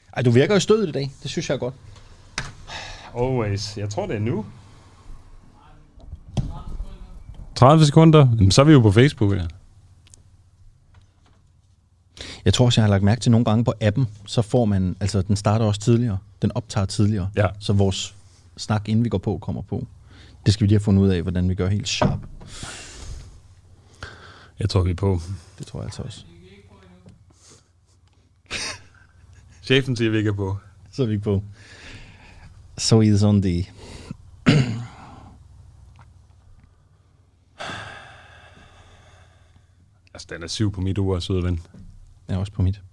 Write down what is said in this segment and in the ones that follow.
Ej, du virker jo stødet i dag. Det synes jeg er godt. Always. Jeg tror, det er nu. 30 sekunder? Jamen, så er vi jo på Facebook, ja. Jeg tror også, jeg har lagt mærke til nogle gange på appen, så får man, altså den starter også tidligere. Den optager tidligere. Ja. Så vores snak, inden vi går på, kommer på. Det skal vi lige have fundet ud af, hvordan vi gør helt sharp. Jeg tror, vi er på. Det tror jeg altså også. Chefen siger, vi ikke er på. Så er vi ikke på. So is on the... Altså, den er 7 på mit ur, søde ven. Jeg er også på mit.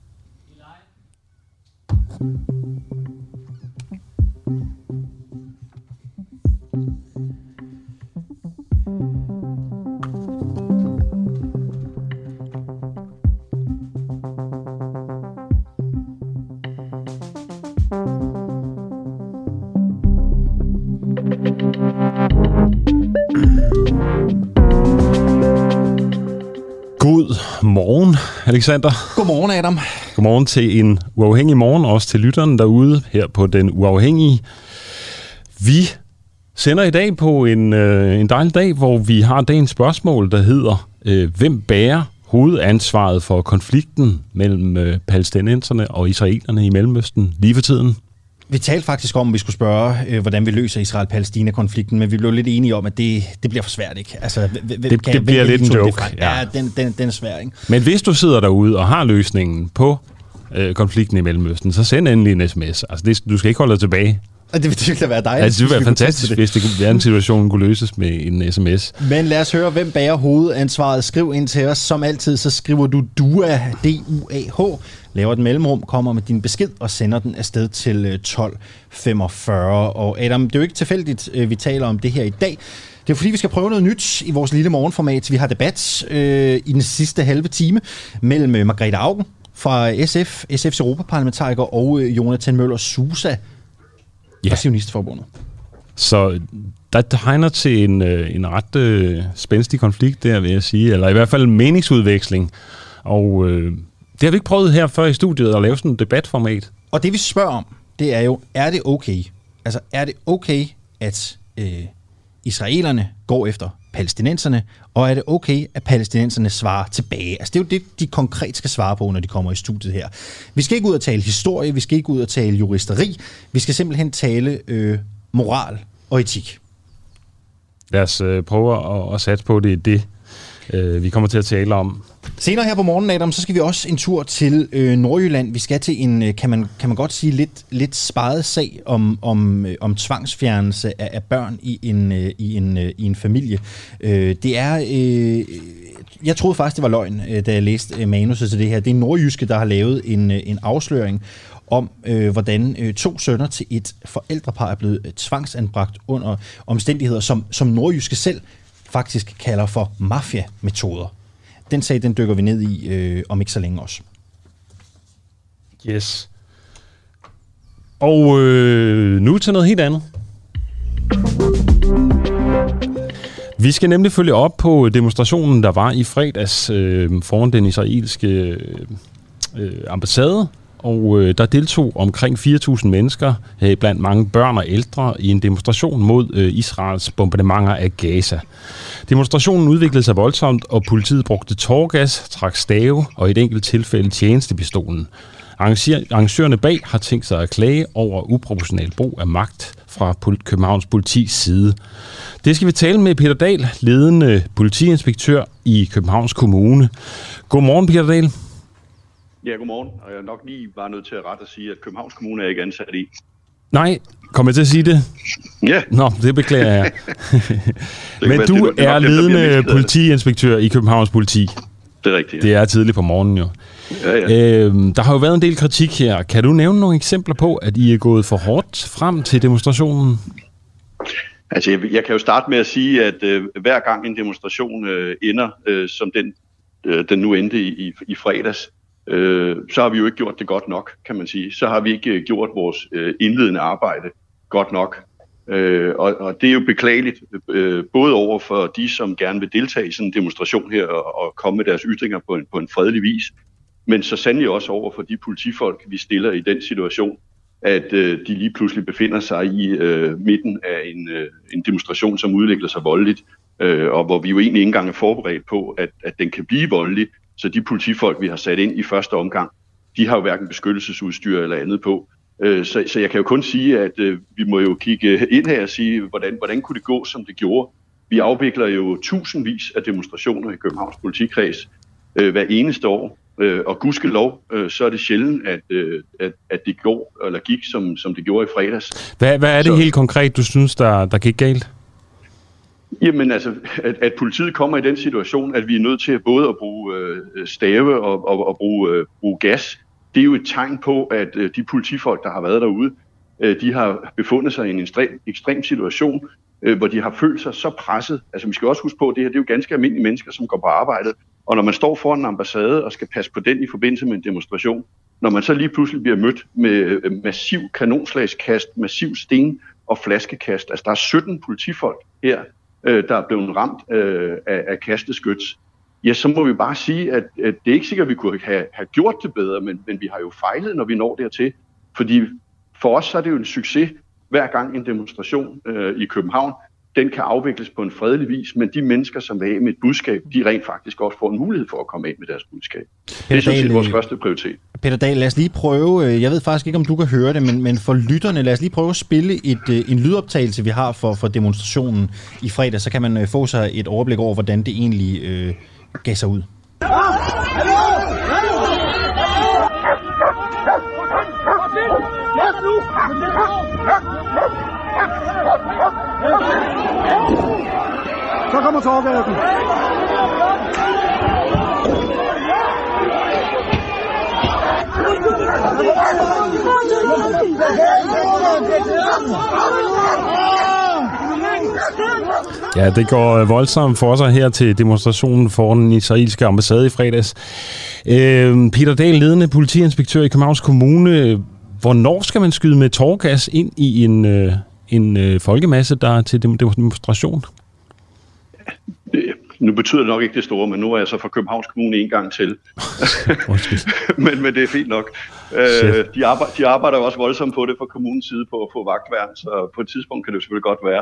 God morgen, Alexander. Godmorgen, Adam. Godmorgen til en uafhængig morgen, også til lytteren derude her på Den Uafhængige. Vi sender i dag på en dejlig dag, hvor vi har dagens spørgsmål, der hedder, hvem bærer hovedansvaret for konflikten mellem palæstinenserne og israelerne i Mellemøsten lige for tiden? Vi talte faktisk om, at vi skulle spørge, hvordan vi løser Israel-Palæstina-konflikten, men vi blev lidt enige om, at det bliver for svært, ikke? Altså, det bliver lidt en joke. Ja, den er svær, ikke? Men hvis du sidder derude og har løsningen på konflikten i Mellemøsten, så send endelig en sms. Altså, du skal ikke holde dig tilbage. Det vil virkelig være dejligt. Altså, det ville være fantastisk, hvis det kunne være en situation, kunne løses med en sms. Men lad os høre, hvem bærer hovedansvaret. Skriv ind til os. Som altid, så skriver du DUAH, D-U-A-H, laver et mellemrum, kommer med din besked og sender den afsted til 1245. Og Adam, det er jo ikke tilfældigt, vi taler om det her i dag. Det er fordi, vi skal prøve noget nyt i vores lille morgenformat. Vi har debat i den sidste halve time mellem Margrethe Auken fra SF, SF's europaparlamentariker, og Jonathan Møller Susa fra Zionistforbundet. Så der tegner til en ret spændstig konflikt der, vil jeg sige, eller i hvert fald en meningsudveksling. Og det har vi ikke prøvet her før i studiet at lave sådan et debatformat. Og det vi spørger om, det er jo, er det okay? Altså, er det okay, at israelerne går efter palæstinenserne, og er det okay, at palæstinenserne svarer tilbage? Altså, det er jo det, de konkret skal svare på, når de kommer i studiet her. Vi skal ikke ud og tale historie, vi skal ikke ud og tale juristeri, vi skal simpelthen tale moral og etik. Lad os prøve at satse på, det vi kommer til at tale om. Senere her på morgenen, Adam, så skal vi også en tur til Nordjylland. Vi skal til en, kan man godt sige, lidt sparet sag om tvangsfjernelse af børn i en familie. Det er, jeg troede faktisk, det var løgn, da jeg læste manuset til det her. Det er Nordjyske, der har lavet en afsløring om, hvordan 2 sønner til et forældrepar er blevet tvangsanbragt under omstændigheder, som Nordjyske selv faktisk kalder for mafia-metoder. Den sag, den dykker vi ned i om ikke så længe også. Yes. Og nu til noget helt andet. Vi skal nemlig følge op på demonstrationen, der var i fredags foran den israelske ambassade. Og der deltog omkring 4.000 mennesker, blandt mange børn og ældre, i en demonstration mod Israels bombardementer af Gaza. Demonstrationen udviklede sig voldsomt, og politiet brugte tåregas, trak stave og i et enkelt tilfælde tjenestepistolen. Arrangørerne bag har tænkt sig at klage over uproportional brug af magt fra Københavns politis side. Det skal vi tale med Peter Dahl, ledende politiinspektør i Københavns Kommune. Godmorgen, Peter Dahl. Ja, godmorgen. Og jeg er nok lige bare nødt til at rette og sige, at Københavns Kommune er ikke ansat i. Nej, kommer jeg til at sige det? Ja. Nå, det beklager jeg. Men du er ledende politiinspektør i Københavns Politi. Det er rigtigt, ja. Det er tidligt på morgenen jo. Ja. Der har jo været en del kritik her. Kan du nævne nogle eksempler på, at I er gået for hårdt frem til demonstrationen? Altså, jeg kan jo starte med at sige, at hver gang en demonstration ender, som den nu endte i fredags, så har vi jo ikke gjort det godt nok, kan man sige. Så har vi ikke gjort vores indledende arbejde godt nok. Og det er jo beklageligt, både over for de, som gerne vil deltage i sådan en demonstration her og komme med deres ytringer på en fredelig vis, men så sandelig også over for de politifolk, vi stiller i den situation, at de lige pludselig befinder sig i midten af en demonstration, som udvikler sig voldeligt, og hvor vi jo egentlig ikke engang er forberedt på, at den kan blive voldelig. Så de politifolk, vi har sat ind i første omgang, de har jo hverken beskyttelsesudstyr eller andet på. Så jeg kan jo kun sige, at vi må jo kigge ind her og sige, hvordan kunne det gå, som det gjorde. Vi afvikler jo tusindvis af demonstrationer i Københavns politikreds hver eneste år. Og gudskelov, så er det sjældent, at det går, eller gik, som det gjorde i fredags. Hvad er det helt konkret, du synes, der gik galt? Jamen altså, at politiet kommer i den situation, at vi er nødt til både at bruge stave og bruge gas, det er jo et tegn på, at de politifolk, der har været derude, de har befundet sig i en ekstrem situation, hvor de har følt sig så presset. Altså vi skal også huske på, at det her det er jo ganske almindelige mennesker, som går på arbejdet, og når man står foran en ambassade og skal passe på den i forbindelse med en demonstration, når man så lige pludselig bliver mødt med massiv kanonslagskast, massiv sten og flaskekast, altså der er 17 politifolk her, der er blevet ramt af kasteskyts, ja, så må vi bare sige, at det er ikke sikkert, at vi kunne have gjort det bedre, men vi har jo fejlet, når vi når dertil. Fordi for os så er det jo en succes, hver gang en demonstration i København, den kan afvikles på en fredelig vis, men de mennesker, som er af med et budskab, de rent faktisk også får en mulighed for at komme af med deres budskab. Det er sådan set vores første prioritet. Peter Dahl, lad os lige prøve, jeg ved faktisk ikke, om du kan høre det, men for lytterne, lad os lige prøve at spille en lydoptagelse, vi har for demonstrationen i fredag, så kan man få sig et overblik over, hvordan det egentlig gav sig ud. Så kommer Torvgaden. Ja, det går voldsomt for sig her til demonstrationen foran den israelske ambassade i fredags. Peter Dahl, ledende politiinspektør i Københavns Kommune. Hvornår skal man skyde med tåregas ind i en folkemasse, der er til demonstration? Nu betyder det nok ikke det store, men nu er jeg så fra Københavns Kommune en gang til. men det er fint nok. De arbejder jo også voldsomt på det fra kommunens side på at få vagtværn, så på et tidspunkt kan det jo selvfølgelig godt være.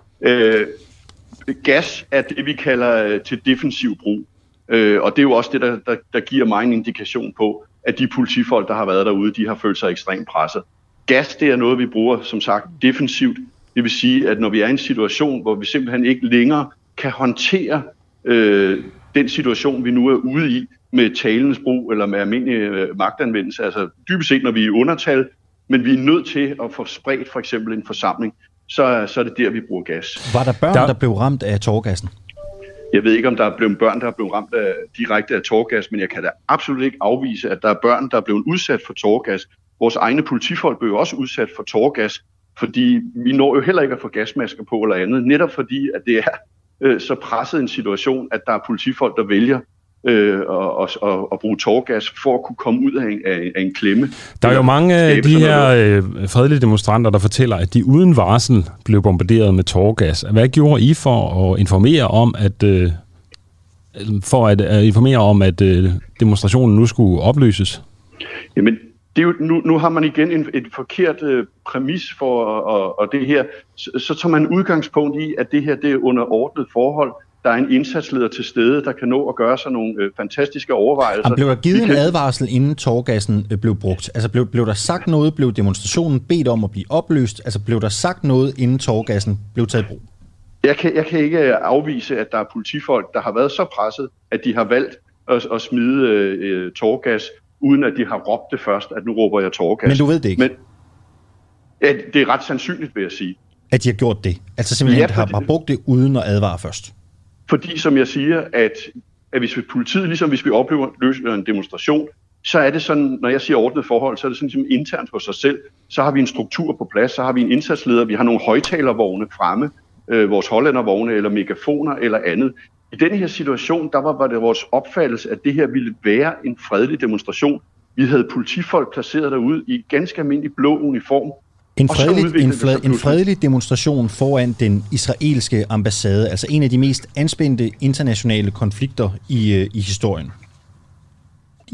Gas er det, vi kalder til defensiv brug. Og det er jo også det, der giver mig en indikation på, at de politifolk, der har været derude, de har følt sig ekstremt presset. Gas, det er noget, vi bruger, som sagt, defensivt. Det vil sige, at når vi er i en situation, hvor vi simpelthen ikke længere kan håndtere den situation, vi nu er ude i, med talens brug eller med almindelig magtanvendelse, altså dybest set, når vi er i undertal, men vi er nødt til at få spredt for eksempel en forsamling, så er det der, vi bruger gas. Var der børn, der blev ramt af tåregassen? Jeg ved ikke, om der er blevet børn, der er blevet ramt direkte af tåregas, men jeg kan da absolut ikke afvise, at der er børn, der er blevet udsat for tåregas. Vores egne politifolk blev også udsat for tåregas, fordi vi når jo heller ikke at få gasmasker på eller andet, netop fordi, at det er så presset en situation, at der er politifolk, der vælger at bruge tåregas for at kunne komme ud af en klemme. Der er jo mange af de her fredelige demonstranter, der fortæller, at de uden varsel blev bombarderet med tåregas. Hvad gjorde I for at informere om, at demonstrationen nu skulle opløses? Jamen, det er jo, nu har man igen et forkert præmis for det her. Så tager man udgangspunkt i, at det her det er under ordnet forhold. Der er en indsatsleder til stede, der kan nå at gøre sig nogle fantastiske overvejelser. Og blev der givet en advarsel, inden tåregassen blev brugt? Altså blev der sagt noget? Blev demonstrationen bedt om at blive opløst? Altså blev der sagt noget, inden tåregassen blev taget i brug? Jeg kan ikke afvise, at der er politifolk, der har været så presset, at de har valgt at smide tåregas, uden at de har råbt det først, at nu råber jeg tåregas. Men du ved det ikke? Men det er ret sandsynligt, vil jeg sige. At de har gjort det? Altså simpelthen har brugt det uden at advare først? Fordi, som jeg siger, at hvis politiet, ligesom hvis vi oplever en demonstration, så er det sådan, når jeg siger ordnet forhold, så er det sådan ligesom internt hos os selv. Så har vi en struktur på plads, så har vi en indsatsleder, vi har nogle højtalervogne fremme, vores hollændervogne eller megafoner eller andet. I denne her situation, der var det vores opfattelse, at det her ville være en fredelig demonstration. Vi havde politifolk placeret derude i ganske almindelig blå uniform. En fredelig demonstration foran den israelske ambassade, altså en af de mest anspændte internationale konflikter i historien.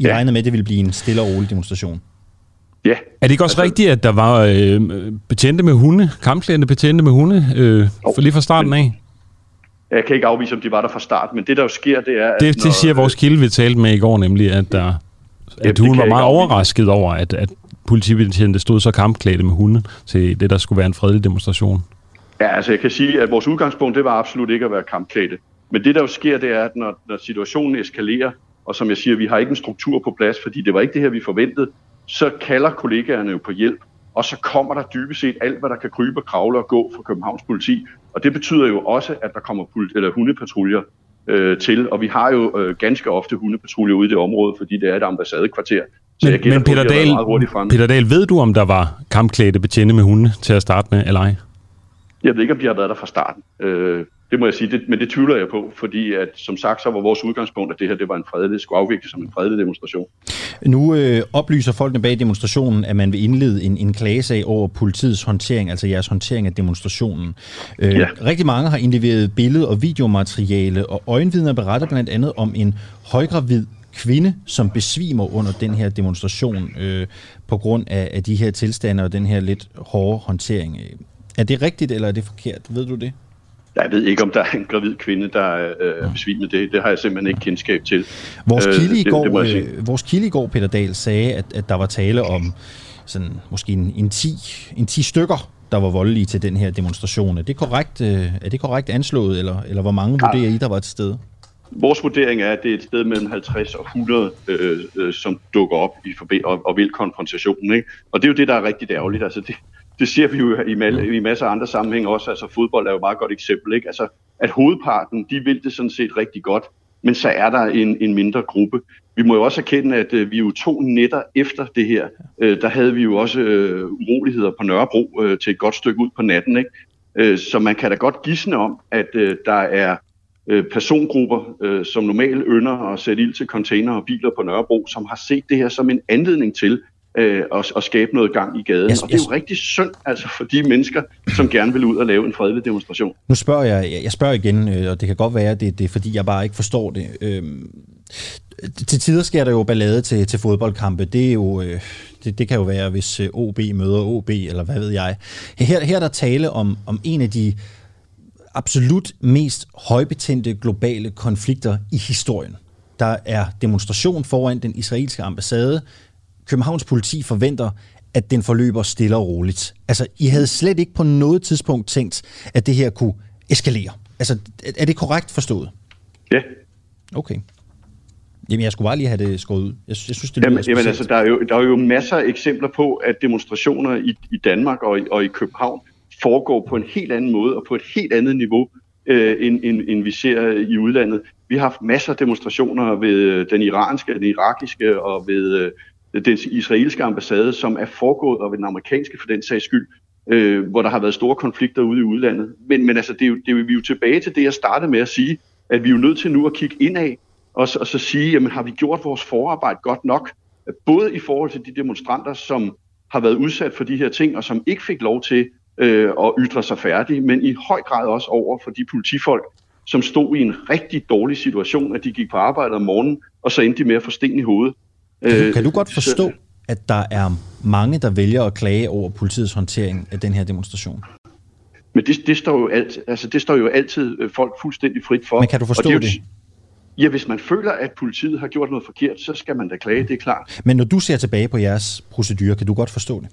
I regnede med, at det ville blive en stille og rolig demonstration. Ja. Er det ikke også rigtigt, at der var betjente med hunde, kampklædte betjente med hunde, for lige fra starten af? Jeg kan ikke afvise, om de var der fra start, men det der jo sker, det er... Det siger vores kilde, vi talte med i går, nemlig, at hun var meget overrasket over, at politibetjente stod så kampklædte med hunde til det, der skulle være en fredelig demonstration. Ja, altså jeg kan sige, at vores udgangspunkt, det var absolut ikke at være kampklædte. Men det der jo sker, det er, at når situationen eskalerer, og som jeg siger, vi har ikke en struktur på plads, fordi det var ikke det her, vi forventede, så kalder kollegaerne jo på hjælp, og så kommer der dybest set alt, hvad der kan krybe og kravle og gå fra Københavns politi. Og det betyder jo også, at der kommer hundepatruljer til, og vi har jo ganske ofte hundepatruljer ude i det område, fordi det er et ambassadekvarter. Men Peter Dahl, ved du, om der var kampklædte betjente med hunde til at starte med, eller ej? Jeg ved ikke, om de har været der fra starten. Det må jeg sige, men det tvivler jeg på, fordi at, som sagt, så var vores udgangspunkt, at det her det var en fredelig, skulle afvikles som en fredelig demonstration. Nu oplyser folkene bag demonstrationen, at man vil indlede en klagesag over politiets håndtering, altså jeres håndtering af demonstrationen. Rigtig mange har indleveret billede- og videomateriale, og øjenvidner beretter blandt andet om en højgravid kvinde, som besvimer under den her demonstration på grund af de her tilstande og den her lidt hårde håndtering. Er det rigtigt, eller er det forkert? Ved du det? Jeg ved ikke, om der er en gravid kvinde, der er besvimet. Det har jeg simpelthen ikke kendskab til. Vores kilde i går, Peter Dahl, sagde, at der var tale om sådan, måske en 10 stykker, der var voldelige til den her demonstration. Er det korrekt anslået, eller hvor mange vurderer I, der var til stede? Vores vurdering er, at det er et sted mellem 50 og 100, som dukker op og vil konfrontationen. Ikke? Og det er jo det, der er rigtig ærgerligt. Altså det ser vi jo i masser af andre sammenhæng også. Altså fodbold er jo et meget godt eksempel. Ikke? Altså, at hovedparten, de vil det sådan set rigtig godt, men så er der en mindre gruppe. Vi må jo også erkende, at vi jo 2 nætter efter det her, der havde vi jo også uroligheder på Nørrebro til et godt stykke ud på natten. Ikke? Så man kan da godt gisne om, at der er persongrupper, som normalt ynder at sætte ild til container og biler på Nørrebro, som har set det her som en anledning til at skabe noget gang i gaden. Og det er jo rigtig synd altså for de mennesker, som gerne vil ud og lave en fredelig demonstration. Nu spørger jeg spørger igen, og det kan godt være, at det er fordi, jeg bare ikke forstår det. Til tider sker der jo ballade til fodboldkampe. Det er jo... Det kan jo være, hvis OB møder OB, eller hvad ved jeg. Her er der tale om en af de absolut mest højbetændte globale konflikter i historien. Der er demonstration foran den israelske ambassade. Københavns politi forventer, at den forløber stille og roligt. Altså, I havde slet ikke på noget tidspunkt tænkt, at det her kunne eskalere. Altså, er det korrekt forstået? Ja. Okay. Jamen, jeg skulle bare lige have det skåret ud. Jeg synes, det lyder jamen altså, der er jo masser af eksempler på, at demonstrationer i Danmark og i København foregår på en helt anden måde og på et helt andet niveau, end vi ser i udlandet. Vi har haft masser af demonstrationer ved den iranske, den irakiske og ved den israelske ambassade, som er foregået, og ved den amerikanske for den sags skyld, hvor der har været store konflikter ude i udlandet. Men altså, vi er jo tilbage til det, jeg startede med at sige, at vi er jo nødt til nu at kigge indad, og så sige, jamen har vi gjort vores forarbejde godt nok? Både i forhold til de demonstranter, som har været udsat for de her ting, og som ikke fik lov til at ytre sig færdigt, men i høj grad også over for de politifolk, som stod i en rigtig dårlig situation, at de gik på arbejde om morgenen, og så endte de med at få sten i hovedet. Kan du godt forstå, at der er mange, der vælger at klage over politiets håndtering af den her demonstration? Men det står jo altid folk fuldstændig frit for. Men kan du forstå det? Ja, hvis man føler, at politiet har gjort noget forkert, så skal man da klage, det er klart. Men når du ser tilbage på jeres procedure, kan du godt forstå det?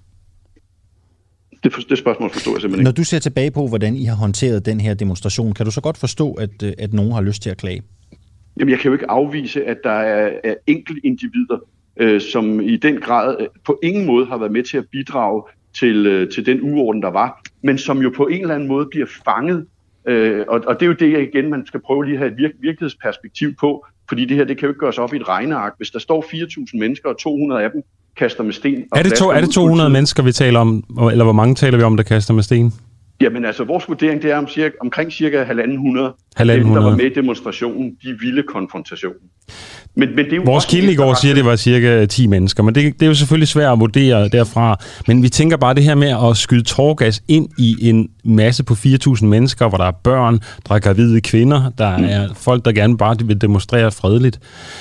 Det spørgsmål forstår jeg simpelthen ikke. Når du ser tilbage på, hvordan I har håndteret den her demonstration, kan du så godt forstå, at nogen har lyst til at klage? Jamen, jeg kan jo ikke afvise, at der er enkelte individer, som i den grad på ingen måde har været med til at bidrage til den uorden, der var, men som jo på en eller anden måde bliver fanget. Og det er jo det, igen, man skal prøve lige at have et virkelighedsperspektiv på, fordi det her, det kan jo ikke gøres op i et regneark. Hvis der står 4.000 mennesker, og 200 af dem kaster med sten... Er det 200 mennesker, vi taler om, eller hvor mange taler vi om, der kaster med sten? Jamen altså, vores vurdering, det er omkring cirka 1.500. Dem, der var med i demonstrationen, de ville konfrontationen. Men det er jo vores kilde i går siger, at det var cirka 10 mennesker, men det er jo selvfølgelig svært at vurdere derfra. Men vi tænker bare det her med at skyde tåregas ind i en masse på 4.000 mennesker, hvor der er børn, der er gravide kvinder, der er folk, der gerne bare vil demonstrere fredeligt.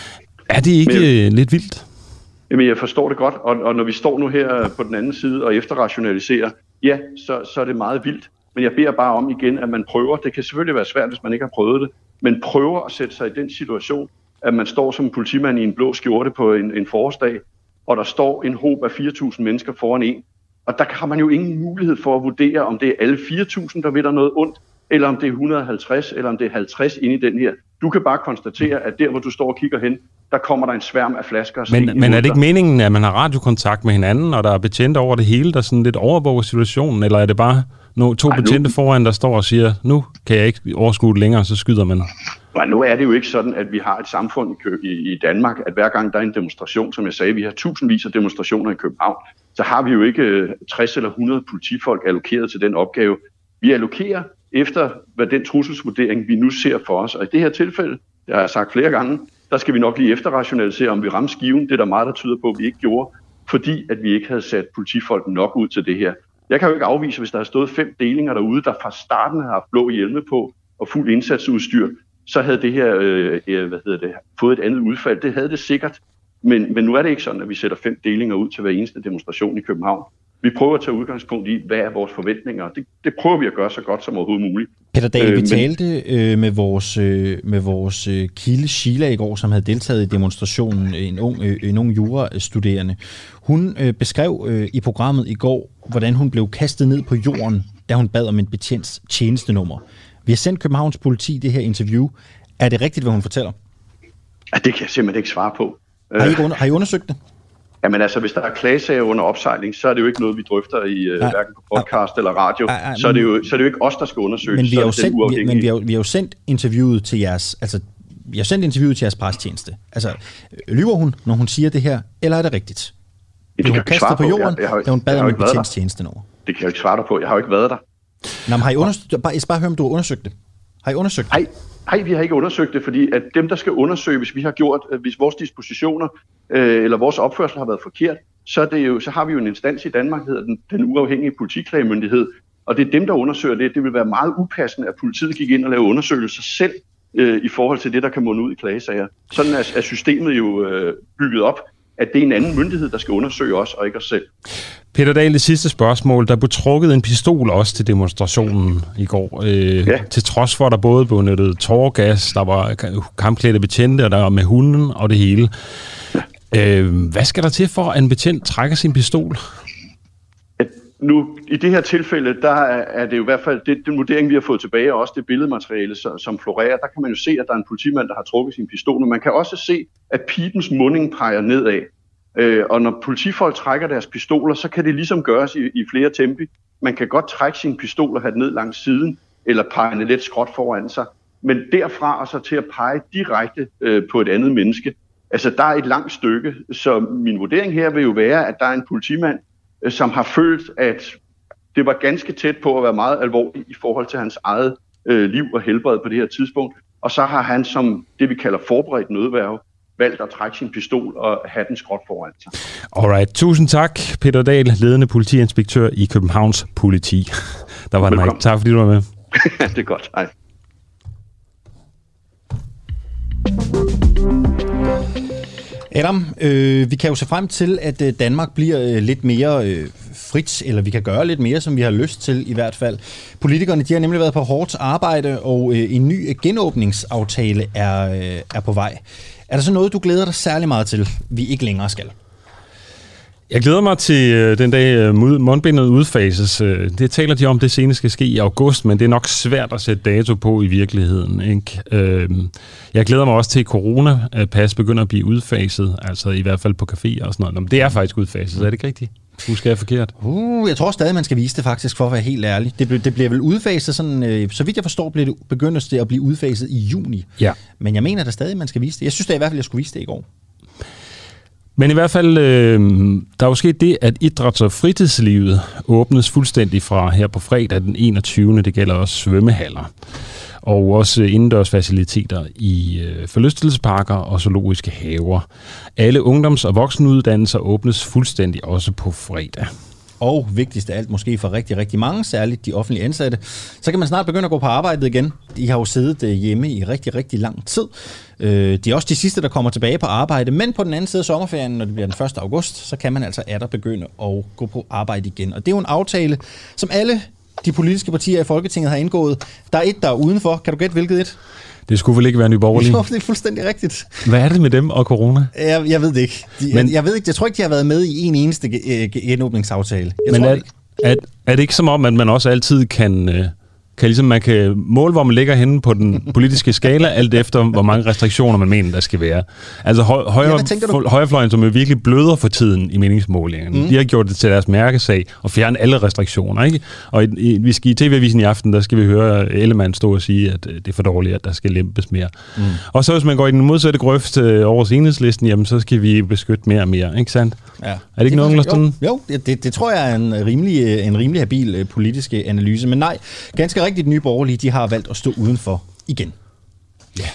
Er det ikke lidt vildt? Jamen, jeg forstår det godt, og når vi står nu her på den anden side og efterrationaliserer, ja, så er det meget vildt. Men jeg beder bare om igen, at man prøver. Det kan selvfølgelig være svært, hvis man ikke har prøvet det, men prøver at sætte sig i den situation, at man står som politimand i en blå skjorte på en forårsdag, og der står en hob af 4.000 mennesker foran en. Og der har man jo ingen mulighed for at vurdere, om det er alle 4.000, der ved der noget ondt, eller om det er 150, eller om det er 50 inde i den her. Du kan bare konstatere, at der, hvor du står og kigger hen, der kommer der en sværm af flasker og sten. Men er det ikke meningen, at man har radiokontakt med hinanden, og der er betjente over det hele, der sådan lidt overvåger situationen, eller er det bare to betjente foran, der står og siger, nu kan jeg ikke overskue det længere, så skyder man? Nej, nu er det jo ikke sådan, at vi har et samfund i Danmark, at hver gang der er en demonstration, som jeg sagde, vi har tusindvis af demonstrationer i København, så har vi jo ikke 60 eller 100 politifolk allokeret til den opgave. Vi allokerer efter, hvad den trusselsvurdering, vi nu ser for os. Og i det her tilfælde, jeg har sagt flere gange, der skal vi nok lige efterrationalisere, om vi rammer skiven. Det er der meget, der tyder på, at vi ikke gjorde, fordi at vi ikke havde sat politifolk nok ud til det her. Jeg kan jo ikke afvise, hvis der har stået 5 delinger derude, der fra starten har haft blå hjelme på og fuld indsatsudstyr, så havde det her fået et andet udfald. Det havde det sikkert, men nu er det ikke sådan, at vi sætter 5 delinger ud til hver eneste demonstration i København. Vi prøver at tage udgangspunkt i, hvad er vores forventninger. Det prøver vi at gøre så godt som overhovedet muligt. Peter Dahl, vi talte med vores kilde Sheila i går, som havde deltaget i demonstrationen, en ung jurastuderende. Hun beskrev i programmet i går, hvordan hun blev kastet ned på jorden, da hun bad om en betjents tjenestenummer. Vi har sendt Københavns politi det her interview. Er det rigtigt, hvad hun fortæller? Ja, det kan jeg simpelthen ikke svare på. Har I undersøgt det? Jamen altså, hvis der er klagesager under opsejling, så er det jo ikke noget, vi drøfter i hverken på podcast eller radio. Så er det jo ikke os, der skal undersøge. Men vi har jo sendt interviewet til jeres, presstjeneste. Altså, lyver hun, når hun siger det her, eller er det rigtigt? Det kan hun kastet på jorden, da hun bad om en betjenstjenestenummer. Det kan jeg ikke svare dig på. Jeg har jo ikke været der. Nå, men har I undersøgt, bare høre, om du har undersøgt det. Har I undersøgt det? Nej, vi har ikke undersøgt det, fordi at dem, der skal undersøge, hvis vores dispositioner eller vores opførsel har været forkert, så har vi jo en instans i Danmark, der hedder den uafhængige politiklagemyndighed, og det er dem, der undersøger det. Det vil være meget upassende, at politiet gik ind og lavede undersøgelser selv i forhold til det, der kan munde ud i klagesager. Sådan er systemet jo bygget op, at det er en anden myndighed, der skal undersøge os, og ikke os selv. Peter Dahl, det sidste spørgsmål. Der blev trukket en pistol også til demonstrationen i går. Til trods for, at der både blev benyttet tåregas, der var kampklædte betjente, der var med hunden og det hele. Hvad skal der til for, at en betjent trækker sin pistol? Nu, i det her tilfælde, der er det jo i hvert fald den vurdering, vi har fået tilbage, og også det billedmateriale, som florerer. Der kan man jo se, at der er en politimand, der har trukket sin pistol, men man kan også se, at pibens munding peger nedad. Og når politifolk trækker deres pistoler, så kan det ligesom gøres i flere tempi. Man kan godt trække sin pistol og have den ned langs siden, eller pege den lidt skråt foran sig. Men derfra og så til at pege direkte på et andet menneske, altså der er et langt stykke. Så min vurdering her vil jo være, at der er en politimand, som har følt, at det var ganske tæt på at være meget alvorligt i forhold til hans eget liv og helbred på det her tidspunkt. Og så har han som det, vi kalder forberedt nødværge, valgt at trække sin pistol og have den skråt foran sig. Alright, tusind tak, Peter Dahl, ledende politiinspektør i Københavns Politi. Der var den. Tak fordi du var med. Det er godt, hej. Adam, vi kan jo se frem til, at Danmark bliver lidt mere frit, eller vi kan gøre lidt mere, som vi har lyst til i hvert fald. Politikerne, de har nemlig været på hårdt arbejde, og en ny genåbningsaftale er på vej. Er der så noget, du glæder dig særlig meget til, vi ikke længere skal? Jeg glæder mig til den dag, mundbindet udfases. Det taler de om, det senest skal ske i august, men det er nok svært at sætte dato på i virkeligheden. Ikke? Jeg glæder mig også til, at coronapas begynder at blive udfaset, altså i hvert fald på caféer og sådan noget. Men det er faktisk udfaset, er det ikke rigtigt? Husker jeg forkert? Jeg tror stadig, man skal vise det faktisk, for at være helt ærlig. Det bliver vel udfaset sådan, så vidt jeg forstår, begynder det at blive udfaset i juni. Ja. Men jeg mener da stadig, man skal vise det. Jeg synes da i hvert fald, jeg skulle vise det i går. Men i hvert fald, der er jo sket det, at idræts- og fritidslivet åbnes fuldstændig fra her på fredag den 21. Det gælder også svømmehaller. Og også indendørsfaciliteter i forlystelsesparker og zoologiske haver. Alle ungdoms- og voksenuddannelser åbnes fuldstændig også på fredag. og vigtigst af alt måske for rigtig, rigtig mange, særligt de offentlige ansatte, så kan man snart begynde at gå på arbejdet igen. De har jo siddet hjemme i rigtig, rigtig lang tid. De er også de sidste, der kommer tilbage på arbejde, men på den anden side af sommerferien, når det bliver den 1. august, så kan man altså atter begynde at gå på arbejde igen. Og det er jo en aftale, som alle de politiske partier i Folketinget har indgået. Der er et, der er udenfor. Kan du gætte, hvilket et? Det skulle vel ikke være Nye Borgerlige? Jo, det er fuldstændig rigtigt. Hvad er det med dem og corona? Jeg ved det ikke. Jeg ved ikke. Jeg tror ikke, de har været med i en eneste genåbningsaftale. Er det ikke som om, at man også altid kan man kan måle, hvor man ligger henne på den politiske skala, alt efter, hvor mange restriktioner man mener, der skal være. Altså højrefløjen, som er virkelig bløder for tiden i meningsmålingerne, de har gjort det til deres mærkesag og fjerne alle restriktioner, ikke? Og vi skal i TV-avisen i aften, der skal vi høre Ellemann stå og sige, at det er for dårligt, at der skal lempes mere. Og så hvis man går i den modsatte grøft over Enhedslisten, jamen så skal vi beskytte mere og mere, ikke sandt? Ja. Er det ikke nogen, der sådan? Jo, det tror jeg er en rimelig habil politisk analyse, men nej, ganske rigtigt, Nye Borgerlige, de har valgt at stå udenfor igen. Ja.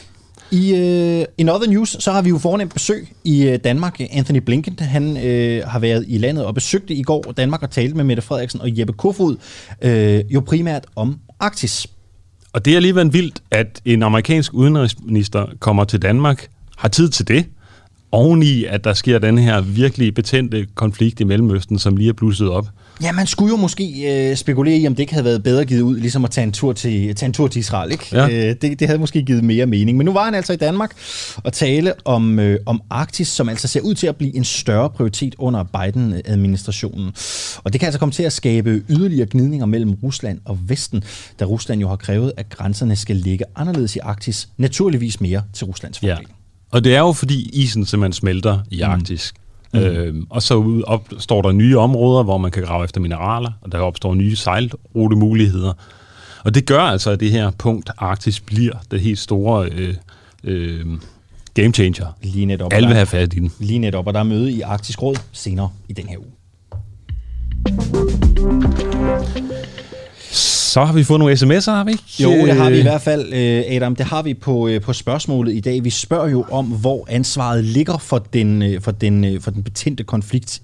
I other news, så har vi jo fornemt besøg i Danmark. Anthony Blinken, han har været i landet og besøgte i går Danmark og talte med Mette Frederiksen og Jeppe Kofod, jo primært om Arktis. Og det er alligevel vildt, at en amerikansk udenrigsminister kommer til Danmark, har tid til det, oveni at der sker den her virkelig betændte konflikt i Mellemøsten, som lige er blusset op. Ja, man skulle jo måske spekulere i, om det ikke havde været bedre givet ud, ligesom at tage en tur til Israel, ikke? Ja. Det havde måske givet mere mening. Men nu var han altså i Danmark og tale om Arktis, som altså ser ud til at blive en større prioritet under Biden-administrationen. Og det kan altså komme til at skabe yderligere gnidninger mellem Rusland og Vesten, da Rusland jo har krævet, at grænserne skal ligge anderledes i Arktis, naturligvis mere til Ruslands fordel. Ja. Og det er jo fordi isen simpelthen smelter i Arktis. Og så opstår der nye områder, hvor man kan grave efter mineraler, og der opstår nye sejlrutemuligheder. Og det gør altså, at det her punkt Arktis bliver det helt store game changer. Lige netop. Alle vil have fat i den. Lige netop, og der er møde i Arktisk Råd senere i den her uge. Så har vi fået nogle sms'er, har vi ikke? Jo, det har vi i hvert fald, Adam. Det har vi på spørgsmålet i dag. Vi spørger jo om, hvor ansvaret ligger for den betændte konflikt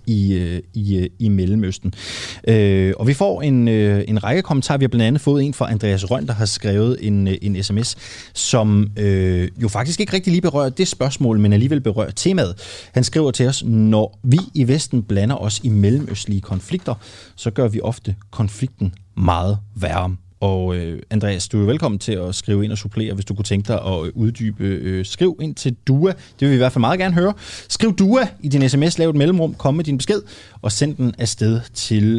i Mellemøsten. Og vi får en række kommentarer. Vi har blandt andet fået en fra Andreas Røn, der har skrevet en sms, som jo faktisk ikke rigtig lige berører det spørgsmål, men alligevel berører temaet. Han skriver til os, når vi i Vesten blander os i mellemøstlige konflikter, så gør vi ofte konflikten meget værre. Og Andreas, du er velkommen til at skrive ind og supplere, hvis du kunne tænke dig at uddybe. Skriv ind til DUA, det vil vi i hvert fald meget gerne høre. Skriv DUA i din sms, lav et mellemrum, kom med din besked, og send den afsted til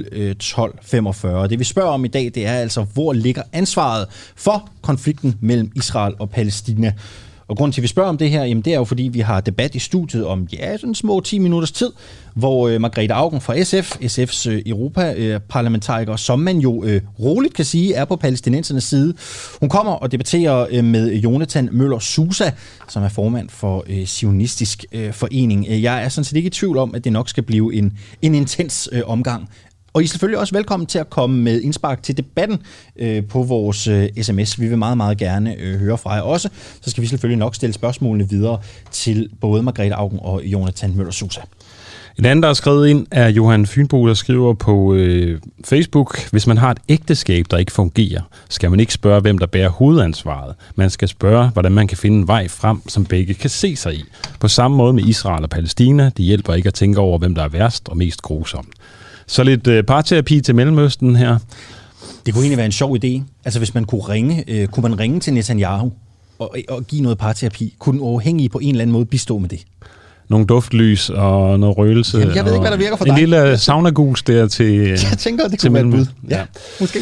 1245. Det vi spørger om i dag, det er altså, hvor ligger ansvaret for konflikten mellem Israel og Palæstina? Og grunden til, at vi spørger om det her, jamen det er jo fordi, vi har debat i studiet om, sådan små 10 minutters tid, hvor Margrethe Auken fra SF's Europaparlamentariker, som man jo roligt kan sige, er på palæstinensernes side. Hun kommer og debatterer med Jonathan Møller Sousa, som er formand for Zionistisk Forening. Jeg er sådan set ikke i tvivl om, at det nok skal blive en intens omgang. Og I er selvfølgelig også velkommen til at komme med indspark til debatten på vores sms. Vi vil meget, meget gerne høre fra jer også. Så skal vi selvfølgelig nok stille spørgsmålene videre til både Margrethe Auken og Jonathan Møller Sousa. En anden, der er skrevet ind, er Johan Fynbo, der skriver på Facebook, hvis man har et ægteskab, der ikke fungerer, skal man ikke spørge, hvem der bærer hovedansvaret. Man skal spørge, hvordan man kan finde en vej frem, som begge kan se sig i. På samme måde med Israel og Palæstina, det hjælper ikke at tænke over, hvem der er værst og mest grusomt. Så lidt parterapi til Mellemøsten her. Det kunne egentlig være en sjov idé. Altså hvis man kunne man ringe til Netanyahu og give noget parterapi? Kunne den uafhængige på en eller anden måde bistå med det? Nogle duftlys og noget røgelse. Jamen, jeg ved ikke, hvad der virker for dig. En lille saunagus der til jeg tænker, det kunne være et bud. Ja, måske.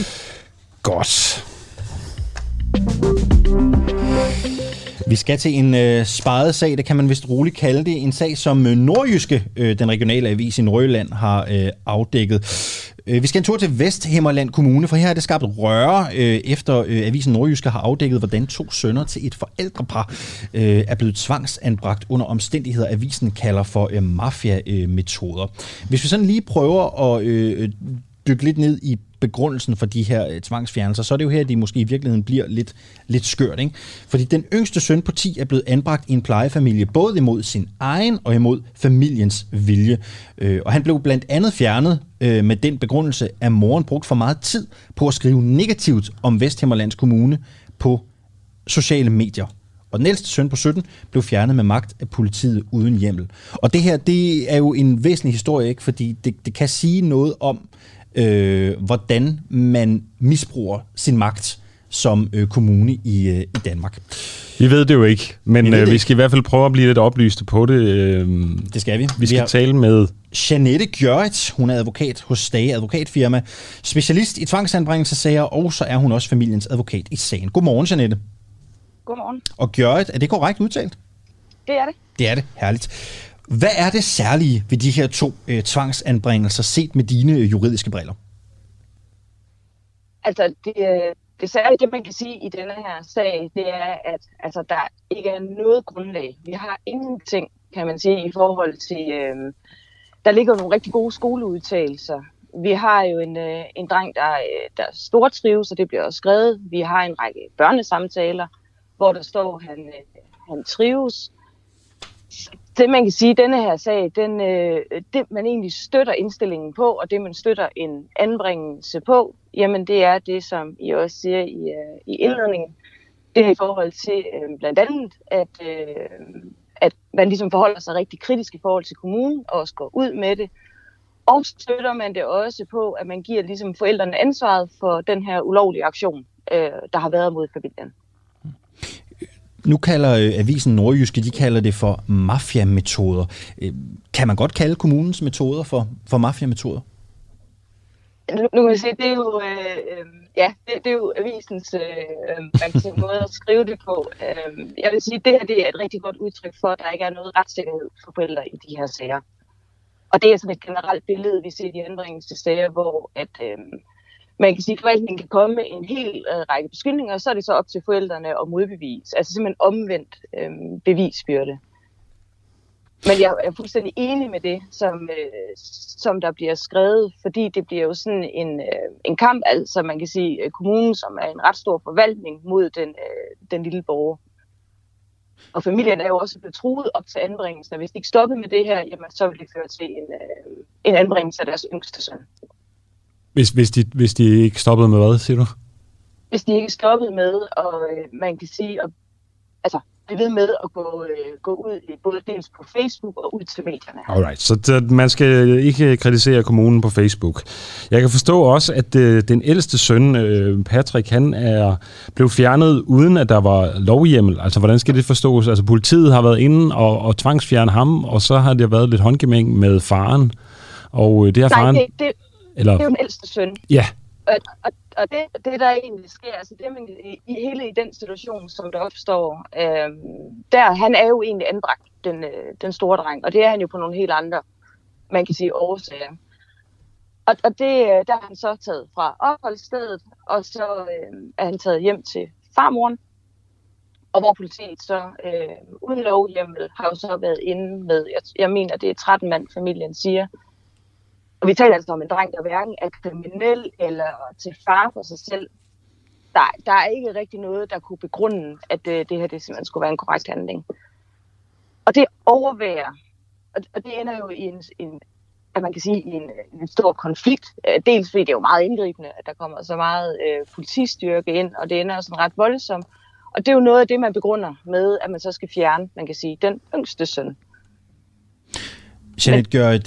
Godt. Vi skal til en sparet sag, det kan man vist roligt kalde det. En sag, som Nordjyske, den regionale avis i Nordjylland, har afdækket. Vi skal en tur til Vesthimmerland Kommune, for her er det skabt røre, efter avisen Nordjyske har afdækket, hvordan 2 sønner til et forældrepar er blevet tvangsanbragt under omstændigheder, avisen kalder for mafia-metoder. Hvis vi sådan lige prøver at dykke lidt ned i begrundelsen for de her tvangsfjernelser, så er det jo her, at de måske i virkeligheden bliver lidt skørt, ikke? Fordi den yngste søn på 10 er blevet anbragt i en plejefamilie, både imod sin egen og imod familiens vilje. Og han blev blandt andet fjernet med den begrundelse, at moren brugte for meget tid på at skrive negativt om Vesthimmerlands Kommune på sociale medier. Og den ældste søn på 17 blev fjernet med magt af politiet uden hjemmel. Og det her, det er jo en væsentlig historie, ikke? Fordi det kan sige noget om, hvordan man misbruger sin magt som kommune i Danmark. Vi ved det jo ikke, men vi skal i hvert fald prøve at blive lidt oplyste på det. Det skal vi. Vi skal tale med Jeanette Gjørret. Hun er advokat hos Stage Advokatfirma, specialist i tvangsanbringelsessager, og så er hun også familiens advokat i sagen. Godmorgen, Jeanette. Godmorgen. Og Gjørret, er det korrekt udtalt? Det er det. Det er det. Herligt. Hvad er det særlige ved de her 2 tvangsanbringelser, set med dine juridiske briller? Altså, det særlige, det man kan sige i denne her sag, det er, at altså, der ikke er noget grundlag. Vi har ingenting, kan man sige, i forhold til... der ligger nogle rigtig gode skoleudtalelser. Vi har jo en dreng, der stortrives, og det bliver også skrevet. Vi har en række børnesamtaler, hvor der står, at han trives. Det man kan sige, denne her sag, det man egentlig støtter indstillingen på, og det man støtter en anbringelse på, jamen det er det, som I også siger i indledningen. Det er i forhold til blandt andet, at man ligesom forholder sig rigtig kritisk i forhold til kommunen, og også går ud med det. Og støtter man det også på, at man giver ligesom forældrene ansvaret for den her ulovlige aktion, der har været mod familien. Nu kalder avisen Nordjyske, de kalder det for mafiametoder. Kan man godt kalde kommunens metoder for mafiametoder? Nu kan man sige, det er jo, det er jo avisens måde at skrive det på. Jeg vil sige, at det her det er et rigtig godt udtryk for, at der ikke er noget retssikkerhed for forældre i de her sager. Og det er sådan et generelt billede, vi ser i de anbringelsessager, hvor at, man kan sige, at forvaltningen kan komme med en hel række beskyldninger, og så er det så op til forældrene at modbevise. Altså simpelthen omvendt bevisbyrde. Men jeg er fuldstændig enig med det, som der bliver skrevet, fordi det bliver jo sådan en kamp, altså man kan sige, kommunen, som er en ret stor forvaltning mod den lille borger. Og familien er jo også blevet truet op til anbringelsen, og hvis de ikke stopper med det her, jamen, så vil det føre til en anbringelse af deres yngste søn. Hvis de ikke stoppede med hvad, siger du? Hvis de ikke stoppede med, og man kan sige, altså blive ved med at gå ud både dels på Facebook og ud til medierne. Alright, så man skal ikke kritisere kommunen på Facebook. Jeg kan forstå også, at den ældste søn, Patrick, han blev fjernet uden at der var lovhjemmel. Altså, hvordan skal det forstås? Altså, politiet har været inde og tvangsfjerne ham, og så har det været lidt håndgemæng med faren. Og det har faren... Det er jo den ældste søn. Ja. Og det der egentlig sker, altså det man i den situation, som der opstår, han er jo egentlig anbragt, den store dreng, og det er han jo på nogle helt andre, man kan sige, årsager. Og der er han så taget fra opholdsstedet, og så er han taget hjem til farmoren, og hvor politiet så uden lovhjemmel har jo så været inde med, jeg mener det er 13 mand, familien siger. Og vi taler altså om en dreng, der hverken er kriminel eller til fare for sig selv. Der er ikke rigtig noget, der kunne begrunde, at det her det simpelthen skulle være en korrekt handling. Og det overværer, og det ender jo i at man kan sige, i en stor konflikt. Dels fordi det er jo meget indgribende, at der kommer så meget politistyrke ind, og det ender sådan ret voldsomt. Og det er jo noget af det, man begrunder med, at man så skal fjerne, man kan sige, den yngste søn. Jeanette Gjørret,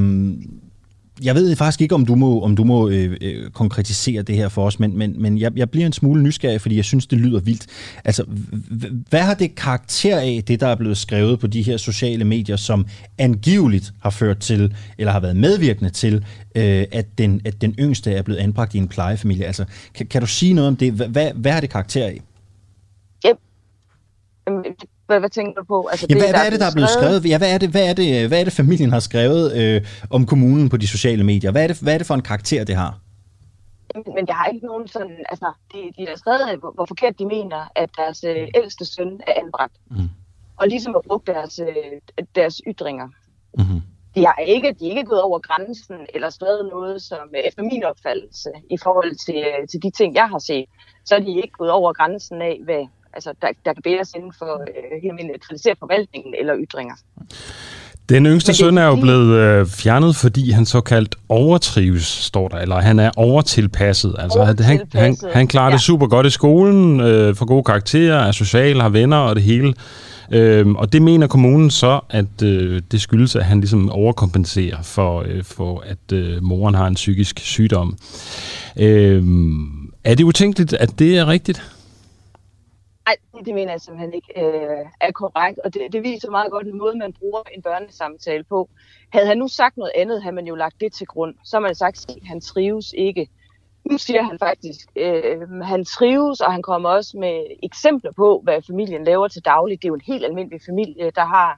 jeg ved faktisk ikke, om du må konkretisere det her for os, men jeg bliver en smule nysgerrig, fordi jeg synes, det lyder vildt. Altså, hvad har det karakter af, det der er blevet skrevet på de her sociale medier, som angiveligt har ført til, eller har været medvirkende til, at den yngste er blevet anbragt i en plejefamilie? Altså, kan du sige noget om det? Hvad har det karakter af? Hvad tænker du på? Altså, hvad er det, der er blevet skrevet? Ja, hvad er det, familien har skrevet om kommunen på de sociale medier? Hvad er det for en karakter, det har? Men jeg har ikke nogen sådan... Altså, de har skrevet, hvor forkert de mener, at deres ældste søn er anbragt. Og ligesom har brugt deres ytringer. de er ikke gået over grænsen eller skrevet noget, som efter min opfattelse, i forhold til de ting, jeg har set, så er de ikke gået over grænsen af, hvad der kan bæres inden for helt almindeligt kritisere forvaltningen eller ytringer. Den yngste søn er jo blevet fjernet, fordi han såkaldt overtrives, står der, eller han er overtilpasset. Altså han klarer det super godt i skolen, får gode karakterer, er social, har venner og det hele. Og det mener kommunen så, at det skyldes, at han ligesom overkompenserer for at moren har en psykisk sygdom. Er det utænkeligt, at det er rigtigt? Nej, det mener jeg simpelthen ikke er korrekt, og det viser meget godt en måde, man bruger en børnesamtale på. Havde han nu sagt noget andet, havde man jo lagt det til grund. Så har man sagt, at han trives ikke. Nu siger han faktisk, han trives, og han kommer også med eksempler på, hvad familien laver til daglig. Det er jo en helt almindelig familie, der har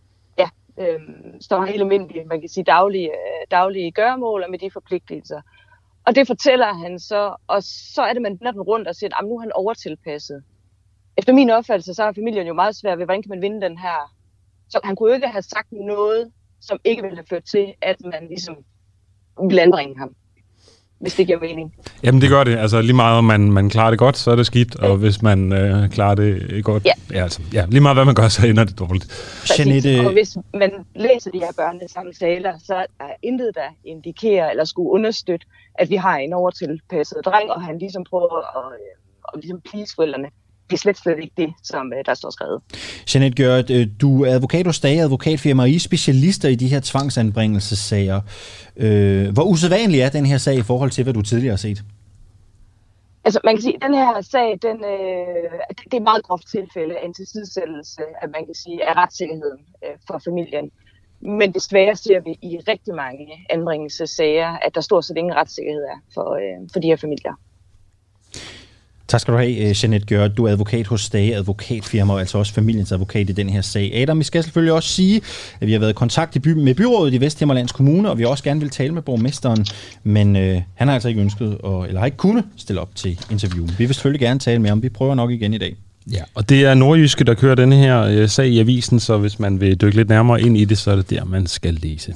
står helt almindelige, man kan sige, daglige gøremål med de forpligtelser. Og det fortæller han så, og så er det, man vender den rundt og siger, at nu er han overtilpasset. Efter min opfattelse, så er familien jo meget svær ved, hvordan kan man vinde den her. Så han kunne jo ikke have sagt noget, som ikke ville have ført til, at man ligesom ville anbringe ham. Hvis det giver mening. Jamen det gør det. Altså lige meget om man klarer det godt, så er det skidt. Ja. Og hvis man klarer det godt, lige meget hvad man gør, så ender det dårligt. Jeanette... Og hvis man læser de her børnesamtaler, så er intet, der indikerer eller skulle understøtte, at vi har en overtilpasset dreng, og han ligesom prøver at ligesom please forældrene. Det er slet ikke det, som der står skrevet. Jeanette Gjørth, du er advokat hos Stage Advokatfirma, og I er specialister i de her tvangsanbringelsessager. Hvor usædvanlig er den her sag i forhold til, hvad du tidligere har set? Altså, man kan sige, at den her sag, det er et meget groft tilfælde af en tilsidesættelse, at man kan sige, af retssikkerheden for familien. Men desværre ser vi i rigtig mange anbringelsessager, at der stort set ingen retssikkerhed er for de her familier. Tak skal du have, Jeanette Gjørth. Du er advokat hos Stage Advokatfirma, og altså også familiens advokat i den her sag. Adam, vi skal selvfølgelig også sige, at vi har været i kontakt med byrådet i Vesthimmerlands Kommune, og vi også gerne vil tale med borgmesteren, men han har altså ikke ønsket, eller har ikke kunnet stille op til interview. Vi vil selvfølgelig gerne tale med ham. Vi prøver nok igen i dag. Ja, og det er Nordjyske, der kører denne her sag i avisen, så hvis man vil dykke lidt nærmere ind i det, så er det der, man skal læse.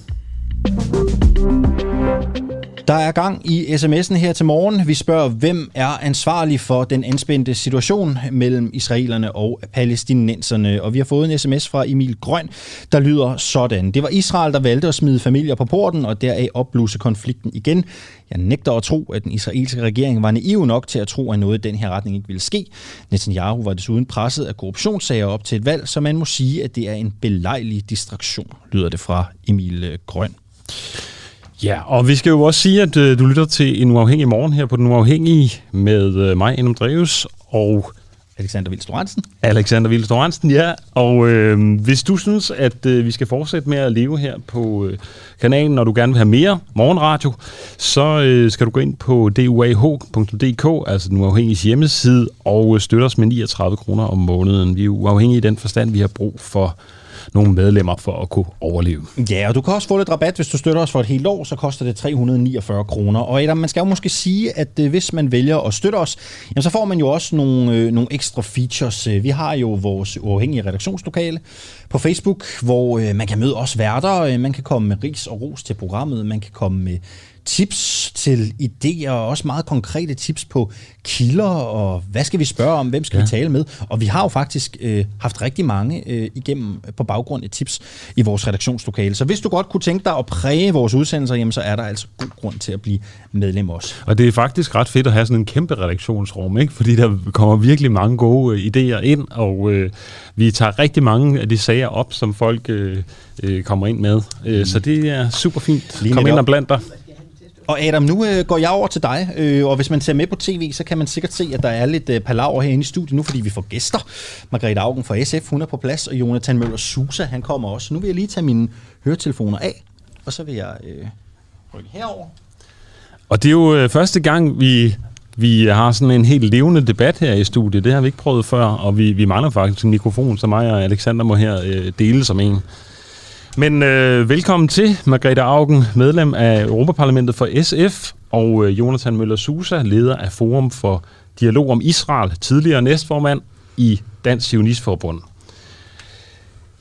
Der er gang i sms'en her til morgen. Vi spørger, hvem er ansvarlig for den anspændte situation mellem israelerne og palæstinenserne? Og vi har fået en sms fra Emil Grøn, der lyder sådan. Det var Israel, der valgte at smide familier på porten og deraf opblusse konflikten igen. Jeg nægter at tro, at den israelske regering var naiv nok til at tro, at noget i den her retning ikke ville ske. Netanyahu var desuden presset af korruptionssager op til et valg, så man må sige, at det er en belejlig distraktion, lyder det fra Emil Grøn. Ja, og vi skal jo også sige, at du lytter til En Uafhængig Morgen her på Den Uafhængige med mig, Enum Dreves, og Alexander Vilstorandsen. Alexander Vilstorandsen, ja. Og hvis du synes, at vi skal fortsætte med at leve her på kanalen, og du gerne vil have mere morgenradio, så skal du gå ind på duah.dk, altså Den Uafhængiges hjemmeside, og støtte os med 39 kroner om måneden. Vi er uafhængige i den forstand, vi har brug for nogle medlemmer for at kunne overleve. Ja, og du kan også få lidt rabat, hvis du støtter os for et helt år, så koster det 349 kroner. Og Adam, man skal jo måske sige, at hvis man vælger at støtte os, jamen, så får man jo også nogle ekstra features. Vi har jo vores uafhængige redaktionslokale på Facebook, hvor man kan møde os værter, man kan komme med ris og ros til programmet, man kan komme med tips til idéer, og også meget konkrete tips på kilder, og hvad skal vi spørge om, hvem skal vi tale med? Og vi har jo faktisk haft rigtig mange igennem på baggrund af tips i vores redaktionslokale. Så hvis du godt kunne tænke dig at præge vores udsendelser, jamen, så er der altså god grund til at blive medlem også. Og det er faktisk ret fedt at have sådan en kæmpe redaktionsrum, ikke? Fordi der kommer virkelig mange gode idéer ind, og vi tager rigtig mange af de sager op, som folk kommer ind med. Så det er super fint. Kom ind og bland dig. Og Adam, nu går jeg over til dig, og hvis man ser med på tv, så kan man sikkert se, at der er lidt palaver herinde i studiet nu, fordi vi får gæster. Margrethe Augen fra SF, hun er på plads, og Jonathan Møller Sousa, han kommer også. Nu vil jeg lige tage mine høretelefoner af, og så vil jeg rykke herover. Og det er jo første gang, vi har sådan en helt levende debat her i studiet. Det har vi ikke prøvet før, og vi mangler faktisk en mikrofon, så mig og Alexander må her dele som en. Men velkommen til, Margrethe Augen, medlem af Europaparlamentet for SF, og Jonathan Møller Sousa, leder af Forum for Dialog om Israel, tidligere næstformand i Dansk Zionistforbund.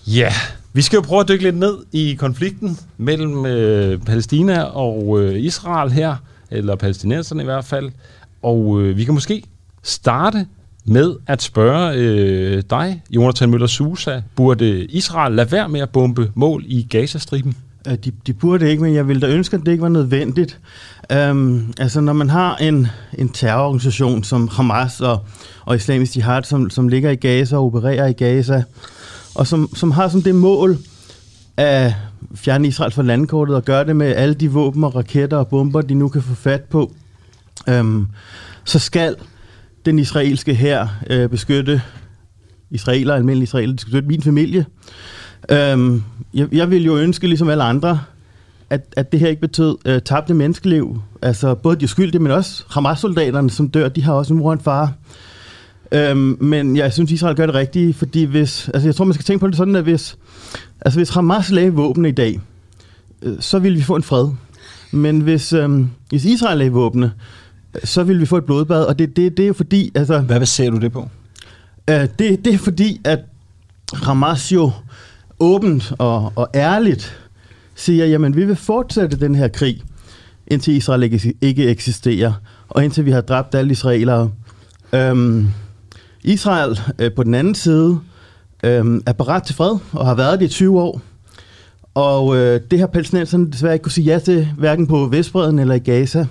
Ja, vi skal jo prøve at dykke lidt ned i konflikten mellem Palæstina og Israel her, eller palæstinenserne i hvert fald. Og vi kan måske starte med at spørge dig, Jonathan Møller-Sousa. Burde Israel lade være med at bombe mål i Gazastriben? De burde ikke, men jeg ville da ønske, at det ikke var nødvendigt. Altså, når man har en terrororganisation som Hamas og Islamisk Jihad, som ligger i Gaza og opererer i Gaza, og som har som det mål at fjerne Israel fra landkortet og gøre det med alle de våben og raketter og bomber, de nu kan få fat på, så skal den israelske hær beskytte almindelige israeler, beskytte min familie. Jeg vil jo ønske, ligesom alle andre, at det her ikke betød tabte menneskeliv. Altså både de skyldige, men også Hamas-soldaterne, som dør, de har også en mor og en far. Men jeg synes, Israel gør det rigtige, fordi jeg tror, man skal tænke på det sådan, at hvis Hamas lagde våben i dag, så ville vi få en fred. Men hvis Israel lagde våbne, så ville vi få et blodbad, og det er jo fordi... Altså, hvad baserer du det på? Det er fordi, at Hamas jo åbent og ærligt siger, jamen vi vil fortsætte den her krig, indtil Israel ikke eksisterer, og indtil vi har dræbt alle israelere. Israel på den anden side er parat til fred, og har været det i 20 år. Og det har palæstinenserne desværre ikke kunne sige ja til, hverken på Vestbredden eller i Gaza.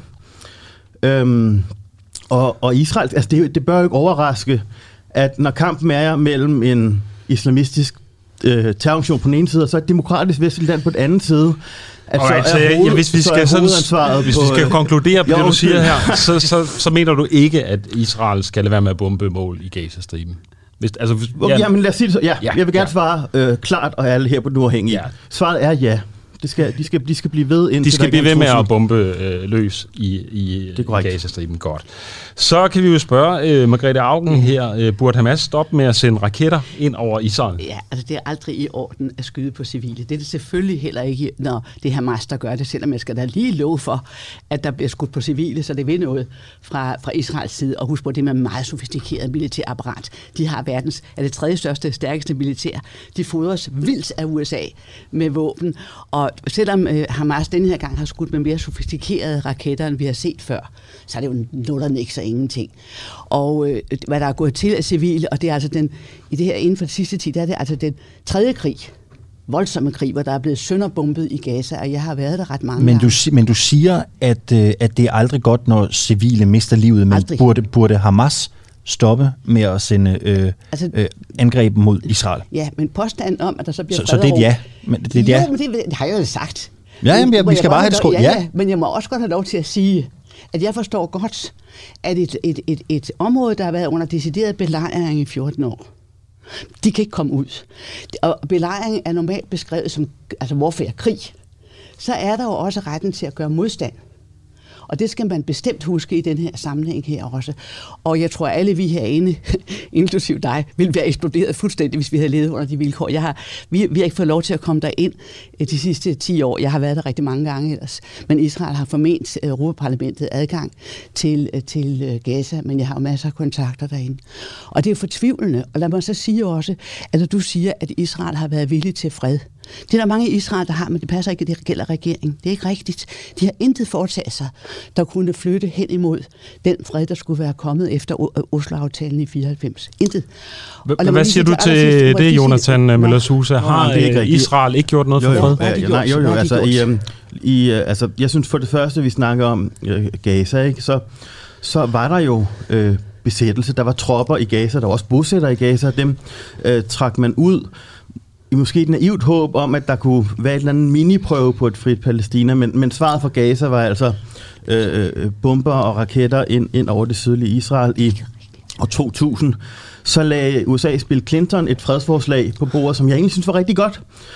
Og Israel, altså det bør jo ikke overraske, at når kampen er mellem en islamistisk terrororganisation på den ene side, og så et demokratisk vestligt land på den anden side, hvis vi skal konkludere på det, du siger her, så mener du ikke, at Israel skal lade være med at bombe mål i Gazastriben? Jamen lad os sige det så. Ja. Jeg vil gerne svare klart og ærligt her på Den Uafhængige. Ja. Svaret er ja. De skal blive ved, indtil de skal blive ved med at bombe løs i Gazastriben. Godt. Så kan vi jo spørge Margrethe Auken her. Burde Hamas stoppe med at sende raketter ind over Israel? Ja, altså det er aldrig i orden at skyde på civile. Det er det selvfølgelig heller ikke, når det er Hamas, der gør det, selvom jeg skal da lige love for, at der bliver skudt på civile, så det vil noget fra Israels side. Og husk på, det med meget sofistikeret militærapparat. De har verdens, det tredje største, stærkeste militær. De fodres vildt af USA med våben, og selvom Hamas denne her gang har skudt med mere sofistikerede raketter, end vi har set før, så er det jo nullerne ikke så ingenting. Og hvad der er gået til af civile, og det er altså i det her inden for den sidste tid, der er det altså den tredje krig, voldsomme krig, hvor der er blevet sønderbombet i Gaza, og jeg har været der ret mange gange. Men du siger, at det er aldrig godt, når civile mister livet, men burde Hamas stoppe med at sende angreb mod Israel? Ja, men påstanden om, at der så bliver så det er et ja? Men det er et ja? Men det har jeg jo sagt. Ja, vi skal bare have det skål. Ja, men jeg må også godt have lov til at sige, at jeg forstår godt, at et område, der har været under decideret belejring i 14 år, de kan ikke komme ud. Og belejring er normalt beskrevet som warfare, krig. Så er der jo også retten til at gøre modstand. Og det skal man bestemt huske i den her sammenhæng her også. Og jeg tror, alle vi herinde, inklusive dig, ville være eksploderet fuldstændig, hvis vi havde levet under de vilkår. Vi har ikke fået lov til at komme derind de sidste 10 år. Jeg har været der rigtig mange gange ellers. Men Israel har formentlig Europaparlamentet adgang til Gaza, men jeg har jo masser af kontakter derinde. Og det er fortvivlende. Og lad mig så sige også, at du siger, at Israel har været villig til fred. Det er der mange i Israel, der har, men det passer ikke, at det gælder regeringen. Det er ikke rigtigt. De har intet foretaget sig, der kunne flytte hen imod den fred, der skulle være kommet efter Oslo-aftalen i 94. Intet. Hvad siger du til det, Jonathan Møller-Sousa? Har Israel ikke gjort noget for fred? Altså, jeg synes for det første, vi snakker om Gaza, ikke? Så var der jo besættelse. Der var tropper i Gaza, der var også bosættere i Gaza. Dem trak man ud i måske et naivt håb om, at der kunne være et eller andet miniprøve på et frit Palæstina, men svaret fra Gaza var altså bomber og raketter ind over det sydlige Israel i år 2000. Så lagde USA's Bill Clinton et fredsforslag på bordet, som jeg egentlig synes var rigtig godt,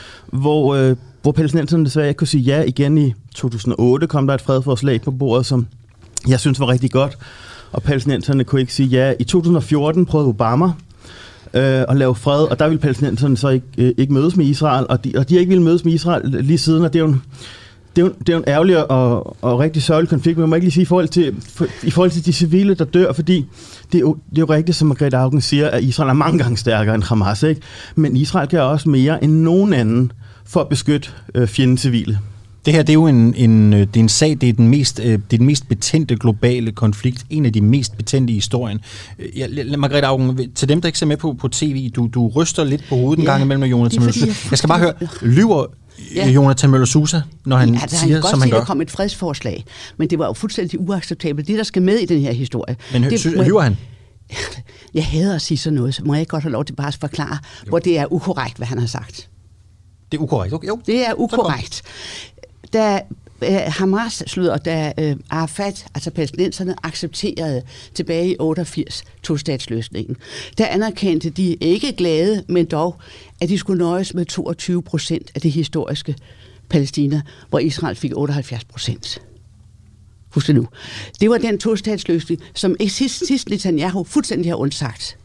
hvor palæstinenserne desværre ikke kunne sige ja. Igen i 2008 kom der et fredsforslag på bordet, som jeg synes var rigtig godt, og palæstinenserne kunne ikke sige ja. I 2014 prøvede Obama at lave fred, og der ville palæstinenserne så ikke mødes med Israel, og de har ikke ville mødes med Israel lige siden, og det er det er jo en ærgerlig og rigtig sørgelig konflikt, men man må ikke lige sige i forhold til de civile, der dør, fordi det er jo rigtigt, som Margrethe Auken siger, at Israel er mange gange stærkere end Hamas, ikke? Men Israel gør også mere end nogen anden for at beskytte fjendens civile. Det her, det er jo en sag, det er den mest betændte globale konflikt, en af de mest betændte i historien. Margrethe Auken, til dem, der ikke ser med på tv, du ryster lidt på hovedet en gang imellem med Jonathan Møller-Sousa. Jeg skal bare høre, lyver Jonathan Møller-Sousa, når han siger, som han gør? Der kom et fredsforslag, men det var jo fuldstændig uacceptabelt. Det, der skal med i den her historie. Men lyver han? Jeg hader at sige sådan noget, så må jeg ikke godt have lov til bare at forklare, hvor det er ukorrekt, hvad han har sagt. Det er ukorrekt, okay? Jo. Det er ukorrekt. Da Hamas da Arafat, altså palæstinenserne, accepterede tilbage i 88 tostatsløsningen, der anerkendte de ikke glade, men dog, at de skulle nøjes med 22% af det historiske Palæstina, hvor Israel fik 78%. Husk det nu. Det var den tostatsløsning, som sidst Netanyahu fuldstændig har undsagt.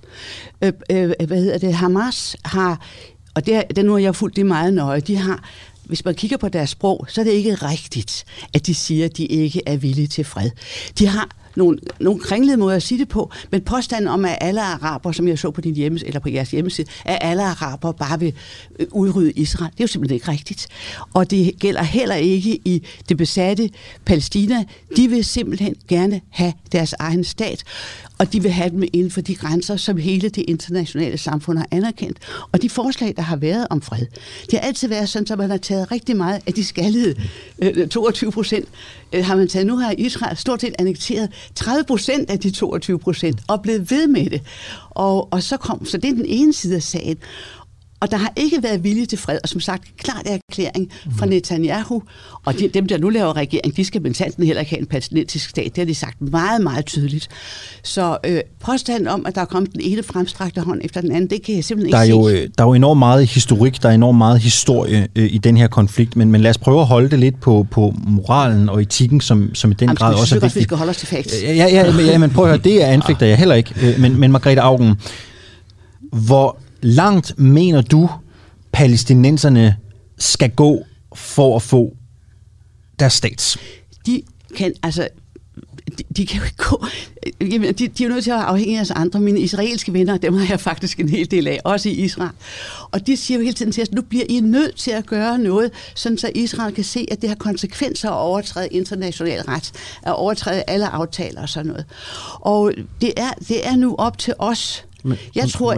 Hamas har, og det nu har jeg fulgt det meget nøje, de har, hvis man kigger på deres sprog, så er det ikke rigtigt, at de siger, at de ikke er villige til fred. De har nogle kringlede måder at sige det på, men påstanden om, at alle araber, som jeg så på din hjemmeside, eller på jeres hjemmeside, at alle araber bare vil udrydde Israel, det er jo simpelthen ikke rigtigt. Og det gælder heller ikke i det besatte Palæstina. De vil simpelthen gerne have deres egen stat, og de vil have dem inden for de grænser, som hele det internationale samfund har anerkendt. Og de forslag, der har været om fred, det har altid været sådan, at man har taget rigtig meget af de skaldede 22%, har man taget. Nu har Israel stort set annekteret 30% af de 22% og blevet ved med det. Og så det er den ene side af sagen. Og der har ikke været vilje til fred, og som sagt, klart erklæring fra Netanyahu, og dem, der nu laver regering, de skal blandt heller ikke have en palæstinensisk stat. Det har de sagt meget, meget tydeligt. Så påstanden om, at der er kommet den ene fremstrakte hånd efter den anden, det kan jeg simpelthen ikke se. Der er jo enormt meget historik, der er enormt meget historie i den her konflikt, men lad os prøve at holde det lidt på moralen og etikken, som i den grad også er vigtigt. Vi skal holde os til facts. Ja, men prøv at høre, det anfægter jeg heller ikke. Men Margrethe Auken, hvor langt mener du, palæstinenserne skal gå for at få deres stats? De kan jo ikke gå. De er jo nødt til at være afhængige af os andre. Mine israelske venner, dem har jeg faktisk en hel del af, også i Israel. Og de siger jo hele tiden til os, nu bliver I nødt til at gøre noget, sådan så Israel kan se, at det har konsekvenser at overtræde international ret, at overtræde alle aftaler og sådan noget. Og det er nu op til os. Jeg tror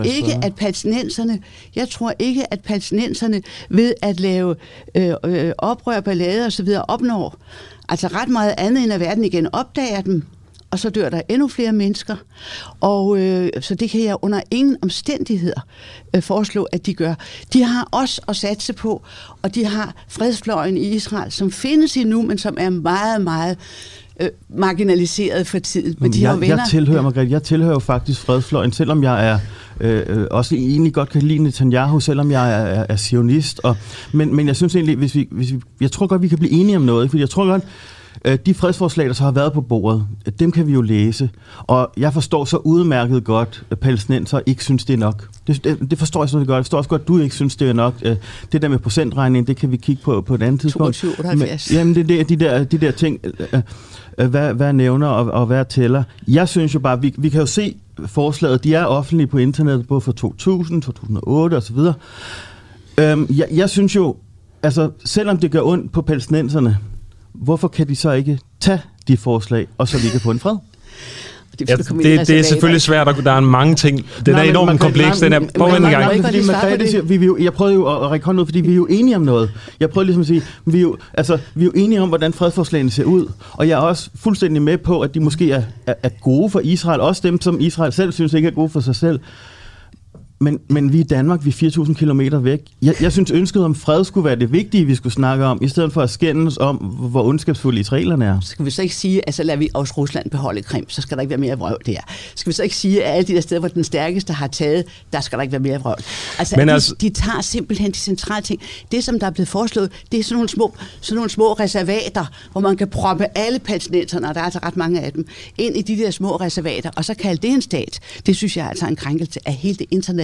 ikke, at palæstinenserne ved at lave oprør, ballade og så videre opnår altså ret meget andet, end at verden igen opdager dem, og så dør der endnu flere mennesker. Og så det kan jeg under ingen omstændigheder foreslå, at de gør. De har også at satse på, og de har fredsfløjen i Israel, som findes endnu, men som er meget, meget marginaliseret for tiden. Men jeg tilhører jo faktisk fredsfløjen, selvom jeg er også egentlig godt kan lide Netanyahu, selvom jeg er zionist. Men jeg synes egentlig, jeg tror godt, vi kan blive enige om noget, fordi jeg tror godt, de fredsforslag, der så har været på bordet, dem kan vi jo læse. Og jeg forstår så udmærket godt, at palæstinenser ikke synes, det er nok. Det forstår jeg så godt. Jeg forstår også godt, at du ikke synes, det er nok. Det der med procentregning, det kan vi kigge på et andet tidspunkt. 22-78. Jamen, det er de der ting, hvad nævner og hvad tæller. Jeg synes jo bare, vi kan jo se forslaget, de er offentlige på internettet, både for 2000, 2008 osv. Jeg synes jo, altså selvom det gør ondt på palæstinenserne, hvorfor kan de så ikke tage de forslag, og så vi kan få en fred? Det er selvfølgelig svært, der er mange ting. Den er enormt kompleks, den er på en gang. Jeg prøvede jo at række hånden ud, fordi vi er jo enige om noget. Jeg prøvede ligesom at sige, vi er jo enige om, hvordan fredsforslagene ser ud, og jeg er også fuldstændig med på, at de måske er gode for Israel, også dem, som Israel selv synes ikke er gode for sig selv. Men vi i Danmark, vi er 4.000 kilometer væk. Jeg synes, ønsket om fred skulle være det vigtige, vi skulle snakke om, i stedet for at skændes om, hvor ondskabsfulde israelerne er. Skal vi så ikke sige, at så lader vi også Rusland beholde Krim, så skal der ikke være mere vrøvl der. Skal vi så ikke sige, at alle de der steder, hvor den stærkeste har taget, der skal der ikke være mere vrøvl. De tager simpelthen de centrale ting. Det, som der er blevet foreslået, det er sådan nogle små reservater, hvor man kan proppe alle palæstinenserne, og der er altså ret mange af dem, ind i de der små reservater, og så kalde det en stat. Det synes jeg altså er en krænkelse af hele det internationale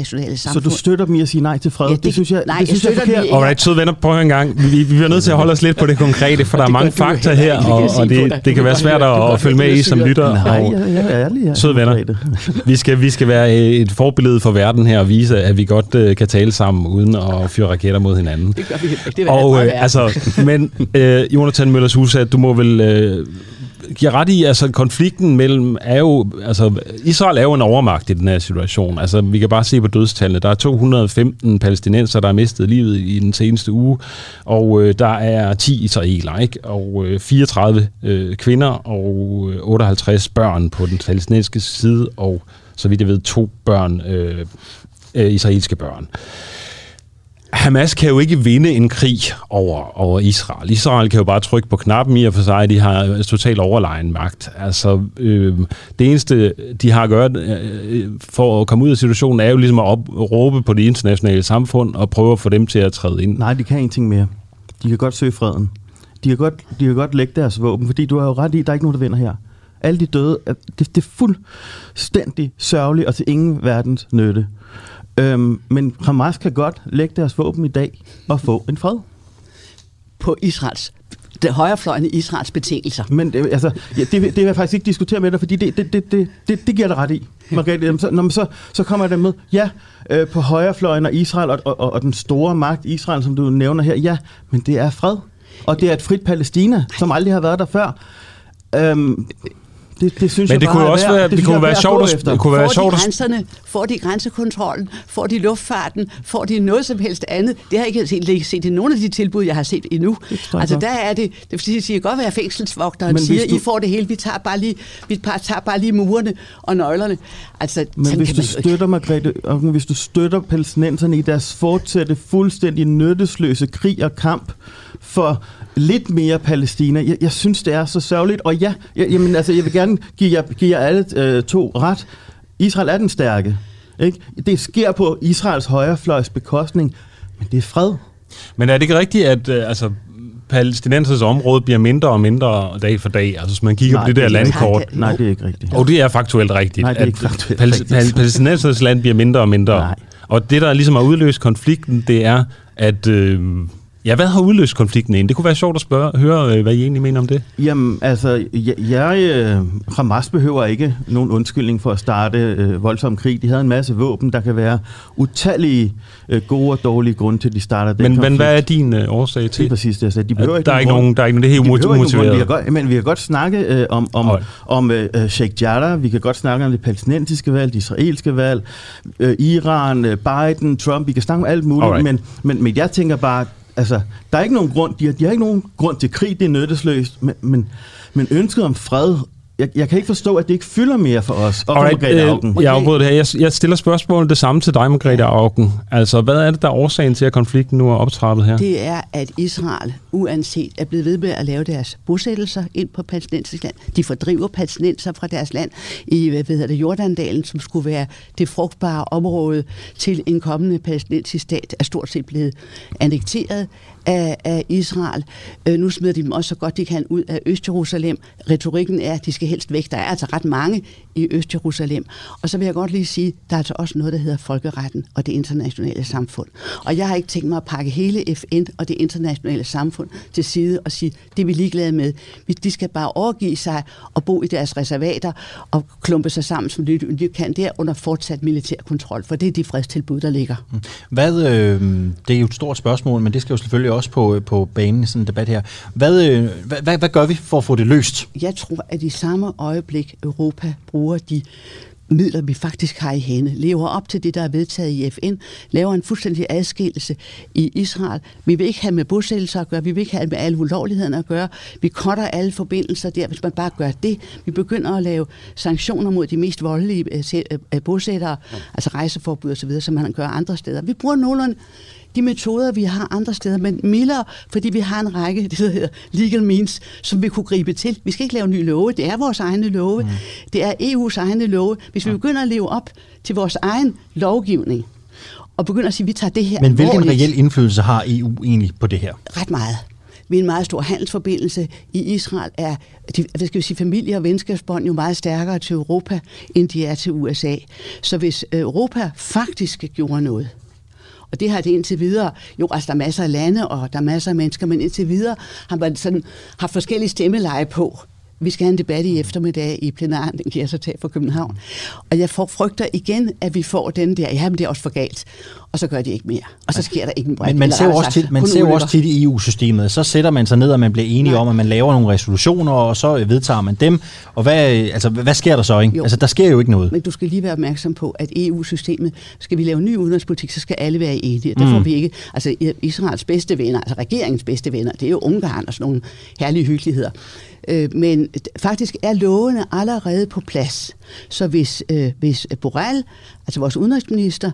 internationale samfund. Så du støtter dem i at sige nej til fred? Ja, det synes jeg, nej, det synes jeg jeg er forkert. støtter Alright, søde venner, prøv en gang. Vi bliver nødt til at holde os lidt på det konkrete, for der er mange fakta her, og det kan være svært at følge med i som lytter. Nej, jeg er ærlig. Søde venner, vi skal være et forbillede for verden her og vise, at vi godt kan tale sammen uden at fyre raketter mod hinanden. Det gør vi ikke. Men Jonathan Møllers Huse, du må vel give ret i, altså konflikten mellem er jo, altså Israel er jo en overmagt i den her situation. Altså vi kan bare se på dødstallene. Der er 215 palæstinenser, der har mistet livet i den seneste uge, og der er 10 israeler, ikke? Og 34 kvinder og 58 børn på den palæstinensiske side, og så vidt jeg ved 2 børn, israelske børn. Hamas kan jo ikke vinde en krig over Israel. Israel kan jo bare trykke på knappen i og for sig, de har totalt overlegen magt. Altså, det eneste, de har at gøre for at komme ud af situationen, er jo ligesom at råbe på det internationale samfund og prøve at få dem til at træde ind. Nej, de kan ingenting mere. De kan godt søge freden. De kan godt lægge deres våben, fordi du har jo ret i, der er ikke nogen, der vinder her. Alle de døde, det er fuldstændig sørgeligt og til ingen verdens nytte. Men Hamas kan godt lægge deres våben i dag og få en fred. På det højrefløjende Israels betingelser. Men det vil jeg faktisk ikke diskutere med dig, fordi det giver dig ret i. Margrethe, så kommer jeg der med, på højrefløjen og Israel og den store magt Israel, som du nævner her, men det er fred. Og det er et frit Palæstina, som aldrig har været der før. Det synes men det kunne også være sjovt at får de grænsekontrollen, får de luftfarten, får de noget som helst andet. Det har jeg ikke set i nogle af de tilbud, jeg har set endnu. Altså der er det siger godt være fængselsvogteren siger, I får det hele, vi tager bare lige murene og nøglerne. Altså, men hvis du støtter, Margrethe, hvis du støtter palæstinenserne i deres fortsatte fuldstændig nyttesløse krig og kamp for lidt mere Palæstina. Jeg synes, det er så sørgeligt. Og jeg vil gerne give jer alle to ret. Israel er den stærke. Ikke? Det sker på Israels højrefløjs bekostning, men det er fred. Men er det ikke rigtigt, at palæstinensers område bliver mindre og mindre dag for dag? Altså, hvis man kigger på det der landkort... Nej, det er ikke rigtigt. Og det er faktuelt rigtigt. Nej, det er ikke faktuelt rigtigt. Palæstinensers land bliver mindre og mindre. Nej. Og det, der ligesom har udløst konflikten, det er, at... hvad har udløst konflikten egentlig? Det kunne være sjovt at høre, hvad I egentlig mener om det. Jamen, altså, Hamas behøver ikke nogen undskyldning for at starte voldsom krig. De havde en masse våben. Der kan være utallige gode og dårlige grunde til, at de starter den konflikt. Men hvad er din årsag til? Det er præcis det, jeg sagde. De behøver ikke der er ikke nogen, det er helt umotiveret. Men vi kan godt snakke om Sheikh Jarrah. Vi kan godt snakke om det palæstinensiske valg, det israelske valg, Iran, Biden, Trump. Vi kan snakke om alt muligt. Men jeg tænker bare, altså, der er ikke nogen grund, de har ikke nogen grund til krig, det er nyttesløst, men ønsket om fred, jeg kan ikke forstå, at det ikke fylder mere for os. Og for Margrethe Auken. Jeg afbryder det her. Jeg stiller spørgsmålet det samme til dig, Margrethe Auken. Altså, hvad er det, der er årsagen til, at konflikten nu er optrappet her? Det er, at Israel, uanset, er blevet ved med at lave deres bosættelser ind på palæstinensisk land. De fordriver palæstinenser fra deres land i, Jordandalen, som skulle være det frugtbare område til en kommende palæstinensisk stat, er stort set blevet annekteret af Israel. Nu smider de dem også så godt de kan ud af Øst-Jerusalem. Retorikken er, at de skal helst væk. Der er altså ret mange i Øst-Jerusalem. Og så vil jeg godt lige sige, der er altså også noget, der hedder folkeretten og det internationale samfund. Og jeg har ikke tænkt mig at pakke hele FN og det internationale samfund til side og sige, det er vi ligeglade med. De skal bare overgive sig og bo i deres reservater og klumpe sig sammen, som de kan der under fortsat militær kontrol, for det er de fredstilbud, der ligger. Det er jo et stort spørgsmål, men det skal jo selvfølgelig også på banen i sådan en debat her. Hvad gør vi for at få det løst? Jeg tror, at i samme øjeblik Europa bruger de midler, vi faktisk har i hænde, lever op til det, der er vedtaget i FN, laver en fuldstændig adskillelse i Israel. Vi vil ikke have med bosættelser at gøre, vi vil ikke have med alle ulovlighederne at gøre, vi cutter alle forbindelser der, hvis man bare gør det. Vi begynder at lave sanktioner mod de mest voldelige bosættere, altså rejseforbud og så videre, som man gør andre steder. Vi bruger nogenlunde de metoder, vi har andre steder, men mildere, fordi vi har en række, det der hedder legal means, som vi kunne gribe til. Vi skal ikke lave nye love, det er vores egne love. Det er EU's egne love. Hvis vi begynder at leve op til vores egen lovgivning, og begynder at sige, at vi tager det her Men hvilken reel indflydelse har EU egentlig på det her? Ret meget. Vi er en meget stor handelsforbindelse. I Israel er familie- og venskabsbånd jo meget stærkere til Europa, end de er til USA. Så hvis Europa faktisk gjorde noget, og det har det indtil videre, jo, altså der er masser af lande, og der er masser af mennesker, men indtil videre har man sådan haft forskellige stemmeleje på. Vi skal have en debat i eftermiddag i plenaren, den kan jeg så tage fra København. Og jeg frygter igen, at vi får den der, ja, men det er også for galt. Og så gør de ikke mere. Og så sker der ikke en brænd. Men man ser jo også tit i EU-systemet, så sætter man sig ned, og man bliver enige om, at man laver nogle resolutioner, og så vedtager man dem. Og hvad sker der så, ikke? Jo. Altså, der sker jo ikke noget. Men du skal lige være opmærksom på, at EU-systemet, skal vi lave ny udenrigspolitik, så skal alle være enige. Det får vi ikke. Altså, Israels bedste venner, altså regeringens bedste venner, det er jo Ungarn og sådan nogle herlige hyggeligheder. Men faktisk er lovene allerede på plads. Så hvis Borrell, altså vores udenrigsminister,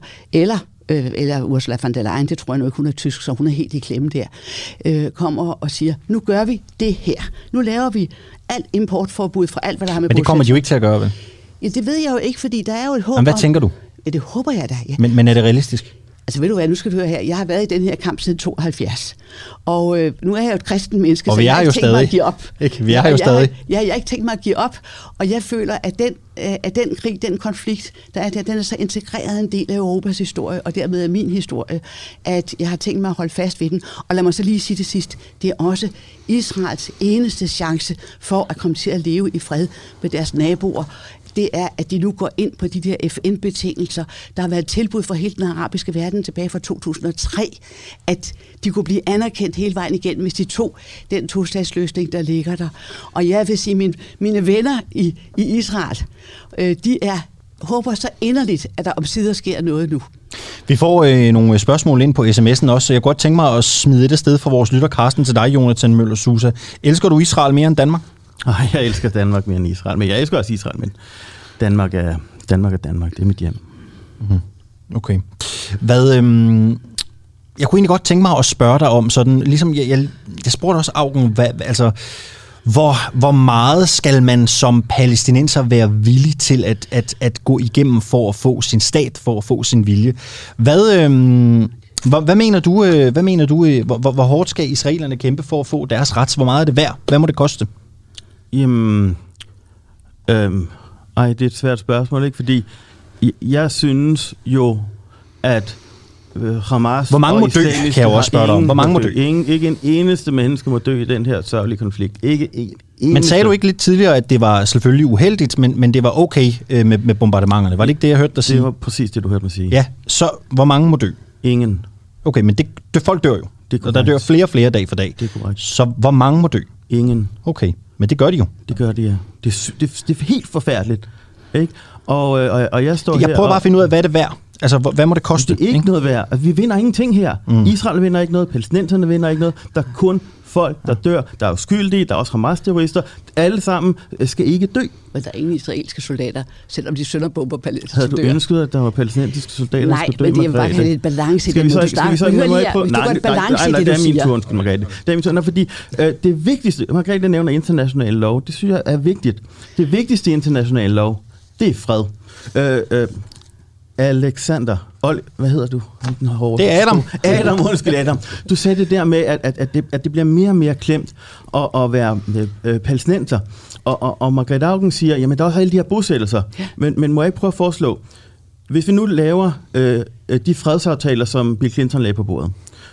eller Ursula von der Leyen, det tror jeg nu ikke, hun er tysk, så hun er helt i klemme der, kommer og siger, nu gør vi det her. Nu laver vi alt importforbud fra alt, hvad der har med Men det kommer de jo ikke til at gøre, vel? Ja, det ved jeg jo ikke, fordi der er jo et håb. Men hvad tænker du? Ja, det håber jeg da, ja. Men er det realistisk? Altså ved du hvad, nu skal du høre her. Jeg har været i den her kamp siden 72. Og nu er jeg jo et kristent menneske, og så jeg har ikke tænkt mig at give op. Vi er jo stadig. Jeg har ikke tænkt mig at give op. Og jeg føler, at den krig, den konflikt, der er der, den er så integreret en del af Europas historie, og dermed af min historie, at jeg har tænkt mig at holde fast ved den. Og lad mig så lige sige til sidst, det er også Israels eneste chance for at komme til at leve i fred med deres naboer. Det er, at de nu går ind på de der FN-betingelser. Der har været tilbud fra hele den arabiske verden tilbage fra 2003, at de kunne blive anerkendt hele vejen igennem, hvis de tog den tostatsløsning, der ligger der. Og jeg vil sige, mine venner i Israel, de håber så inderligt, at der omsider sker noget nu. Vi får nogle spørgsmål ind på sms'en også, så jeg kunne godt tænke mig at smide et sted fra vores lytter Karsten til dig, Jonathan Møller Sousa. Elsker du Israel mere end Danmark? Jeg elsker Danmark mere end Israel, men jeg elsker også Israel, men Danmark er Danmark, det er mit hjem. Mm-hmm. Okay. Jeg kunne egentlig godt tænke mig at spørge dig om, sådan, ligesom jeg spurgte også Augen, hvor meget skal man som palæstinenser være villig til at gå igennem for at få sin stat, for at få sin vilje? Hvad mener du, hvor hårdt skal israelerne kæmpe for at få deres ret? Hvor meget er det værd? Hvad må det koste? Jamen, det er et svært spørgsmål, ikke? Fordi jeg synes jo, at Hamas... Hvor mange må dø, kan jeg jo også spørge dig om. Hvor mange må dø? Ikke en eneste menneske må dø i den her sørgelige konflikt. Ikke en eneste. Men sagde du ikke lidt tidligere, at det var selvfølgelig uheldigt, men det var okay med bombardementerne? Var det ikke det, jeg hørte dig sige? Det var præcis det, du hørte mig sige. Ja, så hvor mange må dø? Ingen. Okay, men folk dør jo. Og der dør flere og flere dag for dag. Det er korrekt. Så hvor mange må dø? Ingen. Okay, men det gør de jo. Det gør de, ja. Det er helt forfærdeligt. Ikke? Og jeg står her... Jeg prøver bare at finde ud af, hvad er det værd? Altså, hvad må det koste? Det er ikke noget værd. Altså, vi vinder ingenting her. Israel vinder ikke noget, palæstinenserne vinder ikke noget. Der er kun folk, der dør. Der er uskyldige, der er også Hamas-terrorister. Alle sammen skal ikke dø. Men der er ingen israelske soldater, selvom de sønderbomber palæstinenser. Havde du ønsket, at der var palæstinensiske soldater, der skulle dø? Nej, men det er bare have lidt balance i det, når du starter. Nej, det er min tur, undskyld, Margrethe. Det er min tur, fordi det vigtigste, Margrethe nævner internationale lov, det synes jeg er vigtigt. Det vigtigste internationale lov, det er fred. Alexander, hvad hedder du? Det er Adam. Adam. Du sagde det der med, at det bliver mere og mere klemt at være palæstinenser. Og Margrethe Auken siger, jamen der er også alle de her bosættelser. Ja. Men må jeg ikke prøve at foreslå, hvis vi nu laver de fredsaftaler, som Bill Clinton lagde på bordet,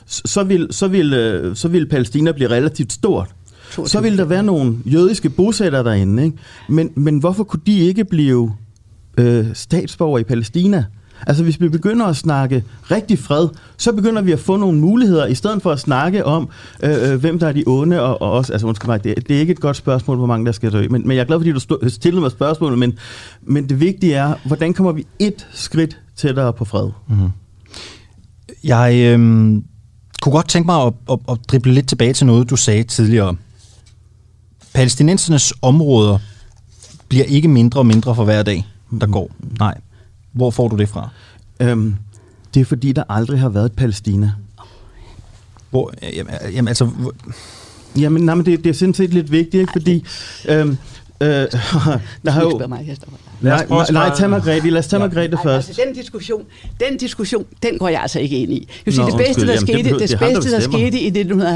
så vil Palæstina blive relativt stort. Så vil der være nogle jødiske bosættere derinde, ikke? Men hvorfor kunne de ikke blive statsborger i Palæstina? Altså hvis vi begynder at snakke rigtig fred, så begynder vi at få nogle muligheder, i stedet for at snakke om, hvem der er de onde, og også, altså undskyld mig, det er ikke et godt spørgsmål, hvor mange der skal dø, men jeg er glad, fordi du stillede mig spørgsmålet, men det vigtige er, hvordan kommer vi et skridt tættere på fred? Mm-hmm. Jeg kunne godt tænke mig at drible lidt tilbage til noget, du sagde tidligere. Palæstinensernes områder bliver ikke mindre og mindre for hver dag, der går. Nej. Hvor får du det fra? Det er fordi, der aldrig har været et Palæstina. Jamen, det er sådan set lidt vigtigt, ikke? Fordi der har jo... Nej, tag Margrethe. Lad os tage Margrethe først. Altså, den diskussion, den går jeg altså ikke ind i. Jeg vil sige, det bedste, der skete i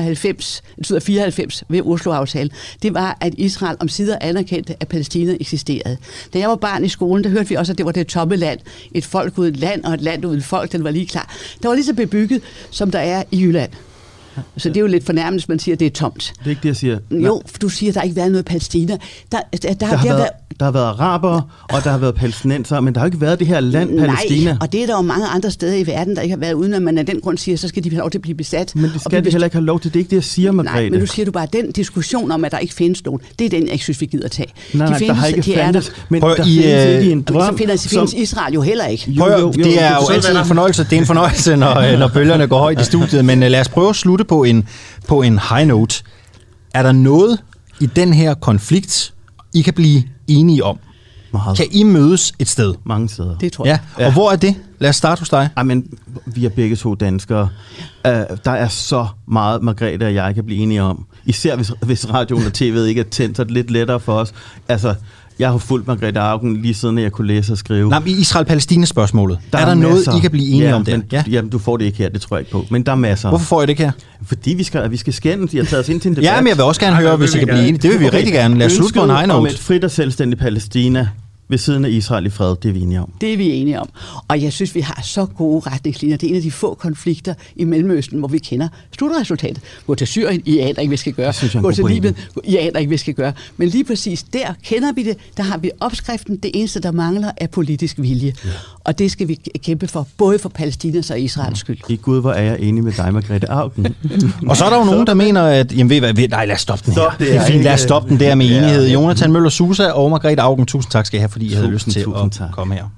1994 ved Oslo-aftalen, det var, at Israel omsider anerkendte, at Palæstina eksisterede. Da jeg var barn i skolen, der hørte vi også, at det var det tomme land. Et folk uden land, og et land uden folk, den var lige klar. Der var lige så bebygget, som der er i Jylland. Så det er jo lidt fornærmende, hvis man siger, at det er tomt. Det er ikke det, jeg siger. Jo, for du siger, at der ikke har været noget Palæstina. Der har været arabere, og der har været palæstinenser, men der har ikke været det her land, Palæstina. Nej, og det er der jo mange andre steder i verden, der ikke har været, uden at man af den grund siger, så skal de have lov til at blive besat. Men det skal de heller ikke have lov til. Det er ikke det, jeg siger, Margrethe. Nej, men nu siger du bare, at den diskussion om, at der ikke findes nogen, det er den, jeg ikke synes, vi gider tage. Nej, der har ikke fandtes, men der findes ikke en drøm. Så findes Israel jo heller ikke. Jo, det er jo altid en fornøjelse. Det er en fornøjelse, når bølgerne går højt i studiet, men lad os prøve at slutte på en high note. Er der noget i den her konflikt, I kan blive enige om? Meget. Kan I mødes et sted? Mange steder. Det tror jeg. Ja. Og hvor er det? Lad os starte hos dig. Men vi er begge to danskere. Der er så meget, Margrethe og jeg kan blive enige om. Især hvis radioen og tv'et ikke er tændt, så er det lidt lettere for os. Altså, jeg har fulgt Margrethe Auken lige siden, jeg kunne læse og skrive. Nej, i Israel-Palæstina-spørgsmålet. Er der noget, I kan blive enige om der? Ja? Jamen, du får det ikke her, det tror jeg ikke på. Men der er masser. Hvorfor får jeg det ikke her? Fordi vi skal skændes. I har taget os ind til en debat. Ja, men jeg vil også gerne høre, hvis I kan blive enige. Det vil vi rigtig gerne. Lad os slutte på en high note. Om et frit og selvstændigt Palæstina ved siden af Israel i fred, det er vi enige om. Det er vi enige om. Og jeg synes, vi har så gode retningslinjer. Det er en af de få konflikter i Mellemøsten, hvor vi kender slutresultatet. Gå til Syrien, I aner ikke, hvad vi skal gøre. Gå til Libyen, I aner ikke, hvad vi skal gøre. Men lige præcis der kender vi det. Der har vi opskriften. Det eneste, der mangler, er politisk vilje. Ja. Og det skal vi kæmpe for, både for Palæstinas og Israels skyld. I Gud, hvor er jeg enig med dig, Margrethe Auken. Og så er der jo nogen, der mener, at... Jamen, ved hvad? Nej, lad os stoppe den her. Det er fint, lad os stoppe den der med enighed. Jonathan Møller Sousa og Margrethe Auken, tusind tak skal I have, fordi I havde lyst til at komme her.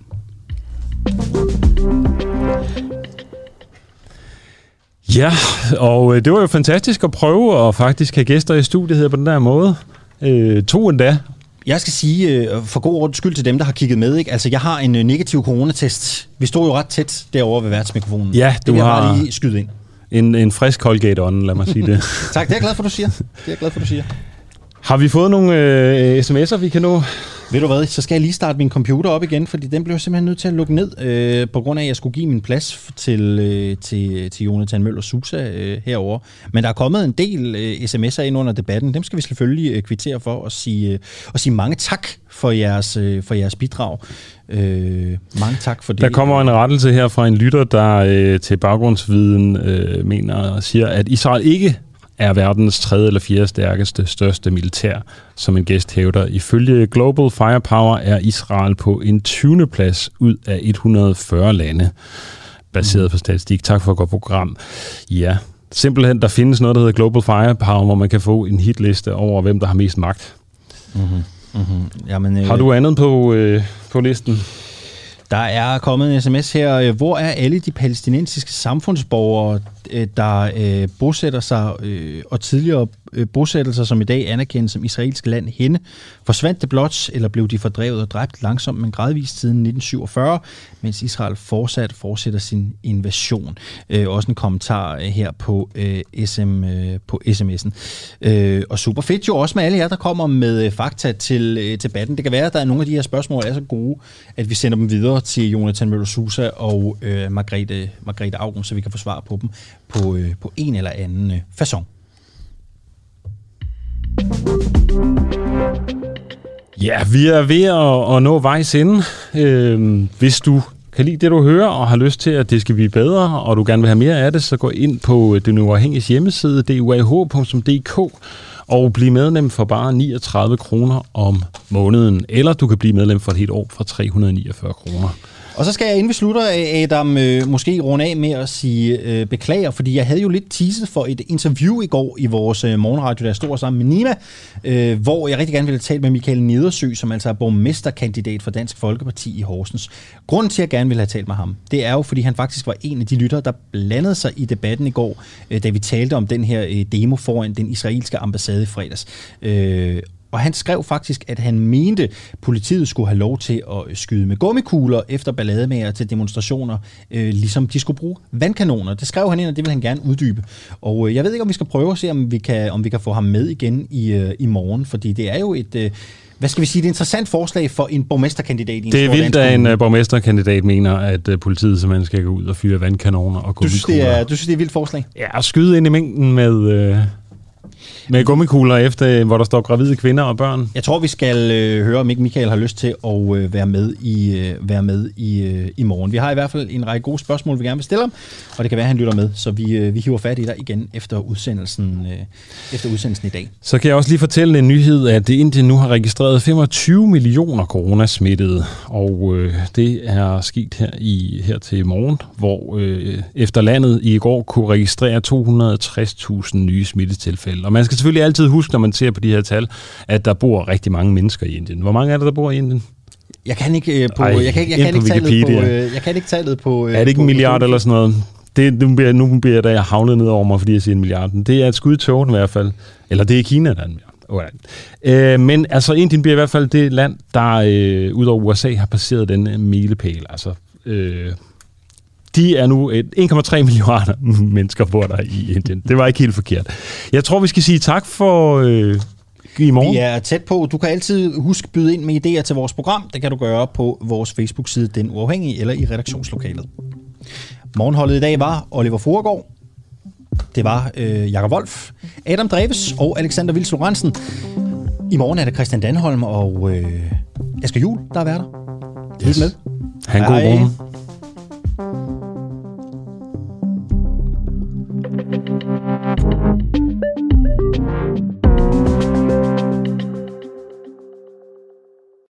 Ja, og det var jo fantastisk at prøve at faktisk have gæster i studiet her på den der måde. 2 endda. Jeg skal sige, for god ordens skyld til dem, der har kigget med, ikke? Altså, jeg har en negativ coronatest. Vi stod jo ret tæt derovre ved værtsmikrofonen. Ja, du har bare lige skyde ind. En frisk Colgate-ånd, lad mig sige det. Tak, det er jeg glad for, du siger. Har vi fået nogle sms'er, vi kan nå? Ved du hvad, så skal jeg lige starte min computer op igen, fordi den blev simpelthen nødt til at lukke ned, på grund af, at jeg skulle give min plads til Jonathan Møller Sousa herover. Men der er kommet en del sms'er ind under debatten. Dem skal vi selvfølgelig kvittere for og sige mange tak for jeres bidrag. Mange tak for det. Der kommer en rettelse her fra en lytter, der til baggrundsviden mener og siger, at Israel ikke er verdens 3. eller 4. største militær, som en gæst hævder. Ifølge Global Firepower er Israel på en 20. plads ud af 140 lande, baseret på statistik. Tak for et godt program. Ja, simpelthen, der findes noget, der hedder Global Firepower, hvor man kan få en hitliste over, hvem der har mest magt. Jamen, har du andet på listen? Der er kommet en sms her. Hvor er alle de palæstinensiske samfundsborgere, der bosætter sig og tidligere bosættelser, som i dag anerkendes som israelsk land, henne? Forsvandt det blot, eller blev de fordrevet og dræbt langsomt, men gradvist siden 1947, mens Israel fortsætter sin invasion? Også en kommentar her på sms'en. Og super fedt jo også med alle jer, der kommer med fakta til debatten. Det kan være, at der er nogle af de her spørgsmål, der er så gode, at vi sender dem videre til Jonathan Møller Sousa og Margrethe Auken, så vi kan få svar på dem på en eller anden facon. Ja, vi er ved at nå vejs ende. Hvis du kan lide det, du hører, og har lyst til, at det skal blive bedre, og du gerne vil have mere af det, så gå ind på Den Uafhængiges hjemmeside, duah.dk, og blive medlem for bare 39 kroner om måneden. Eller du kan blive medlem for et helt år for 349 kroner. Og så skal jeg, inden vi slutter, Adam, måske runde af med at sige beklager, fordi jeg havde jo lidt teaset for et interview i går i vores morgenradio, der stod sammen med Nima, hvor jeg rigtig gerne ville tale med Michael Nedersø, som altså er borgmesterkandidat for Dansk Folkeparti i Horsens. Grunden til, at jeg gerne ville have talt med ham, det er jo, fordi han faktisk var en af de lyttere, der blandede sig i debatten i går, da vi talte om den her demo foran den israelske ambassade i fredags. Og han skrev faktisk, at han mente, at politiet skulle have lov til at skyde med gummikugler efter ballademager til demonstrationer, ligesom de skulle bruge vandkanoner. Det skrev han ind, og det vil han gerne uddybe. Og jeg ved ikke, om vi skal prøve at se, om vi kan få ham med igen i morgen, fordi det er jo et hvad skal vi sige, det er et interessant forslag for en borgmesterkandidat i en Det er stor vildt, dansk at kommune. en borgmesterkandidat mener, at politiet simpelthen skal gå ud og fyre vandkanoner og Du synes, gummikugler. det er et vildt forslag? Ja, og skyde ind i mængden med gummikugler efter, hvor der står gravide kvinder og børn. Jeg tror, vi skal høre, om ikke Michael har lyst til at være med i morgen. Vi har i hvert fald en række gode spørgsmål, vi gerne vil stille ham, og det kan være, at han lytter med, så vi hiver fat i dig igen efter udsendelsen i dag. Så kan jeg også lige fortælle en nyhed, at Indien nu har registreret 25 millioner coronasmittede, og det er sket her til morgen, hvor efter landet i går kunne registrere 260.000 nye smittetilfælde. Og man skal selvfølgelig altid huske, når man ser på de her tal, at der bor rigtig mange mennesker i Indien. Hvor mange er der bor i Indien? Jeg kan ikke jeg kan ikke tallet på er det ikke en milliard eller sådan noget? Nu bliver der havnet ned over mig, fordi jeg siger en milliard. Det er et skud i tågen i hvert fald. Eller det er Kina, der er en milliard. Men altså Indien bliver i hvert fald det land, der udover USA har passeret den milepæl. Altså de er nu 1,3 milliarder mennesker bor der i Indien. Det var ikke helt forkert. Jeg tror, vi skal sige tak for i morgen. Vi er tæt på. Du kan altid huske byde ind med idéer til vores program. Det kan du gøre på vores Facebook-side Den Uafhængige eller i redaktionslokalet. Morgenholdet i dag var Oliver Foregaard. Det var Jakob Wolf, Adam Dreves og Alexander Vils Lorentzen. I morgen er det Christian Danholm og Asger Juhl, der er værter. Helt med. Ha' en god morgen.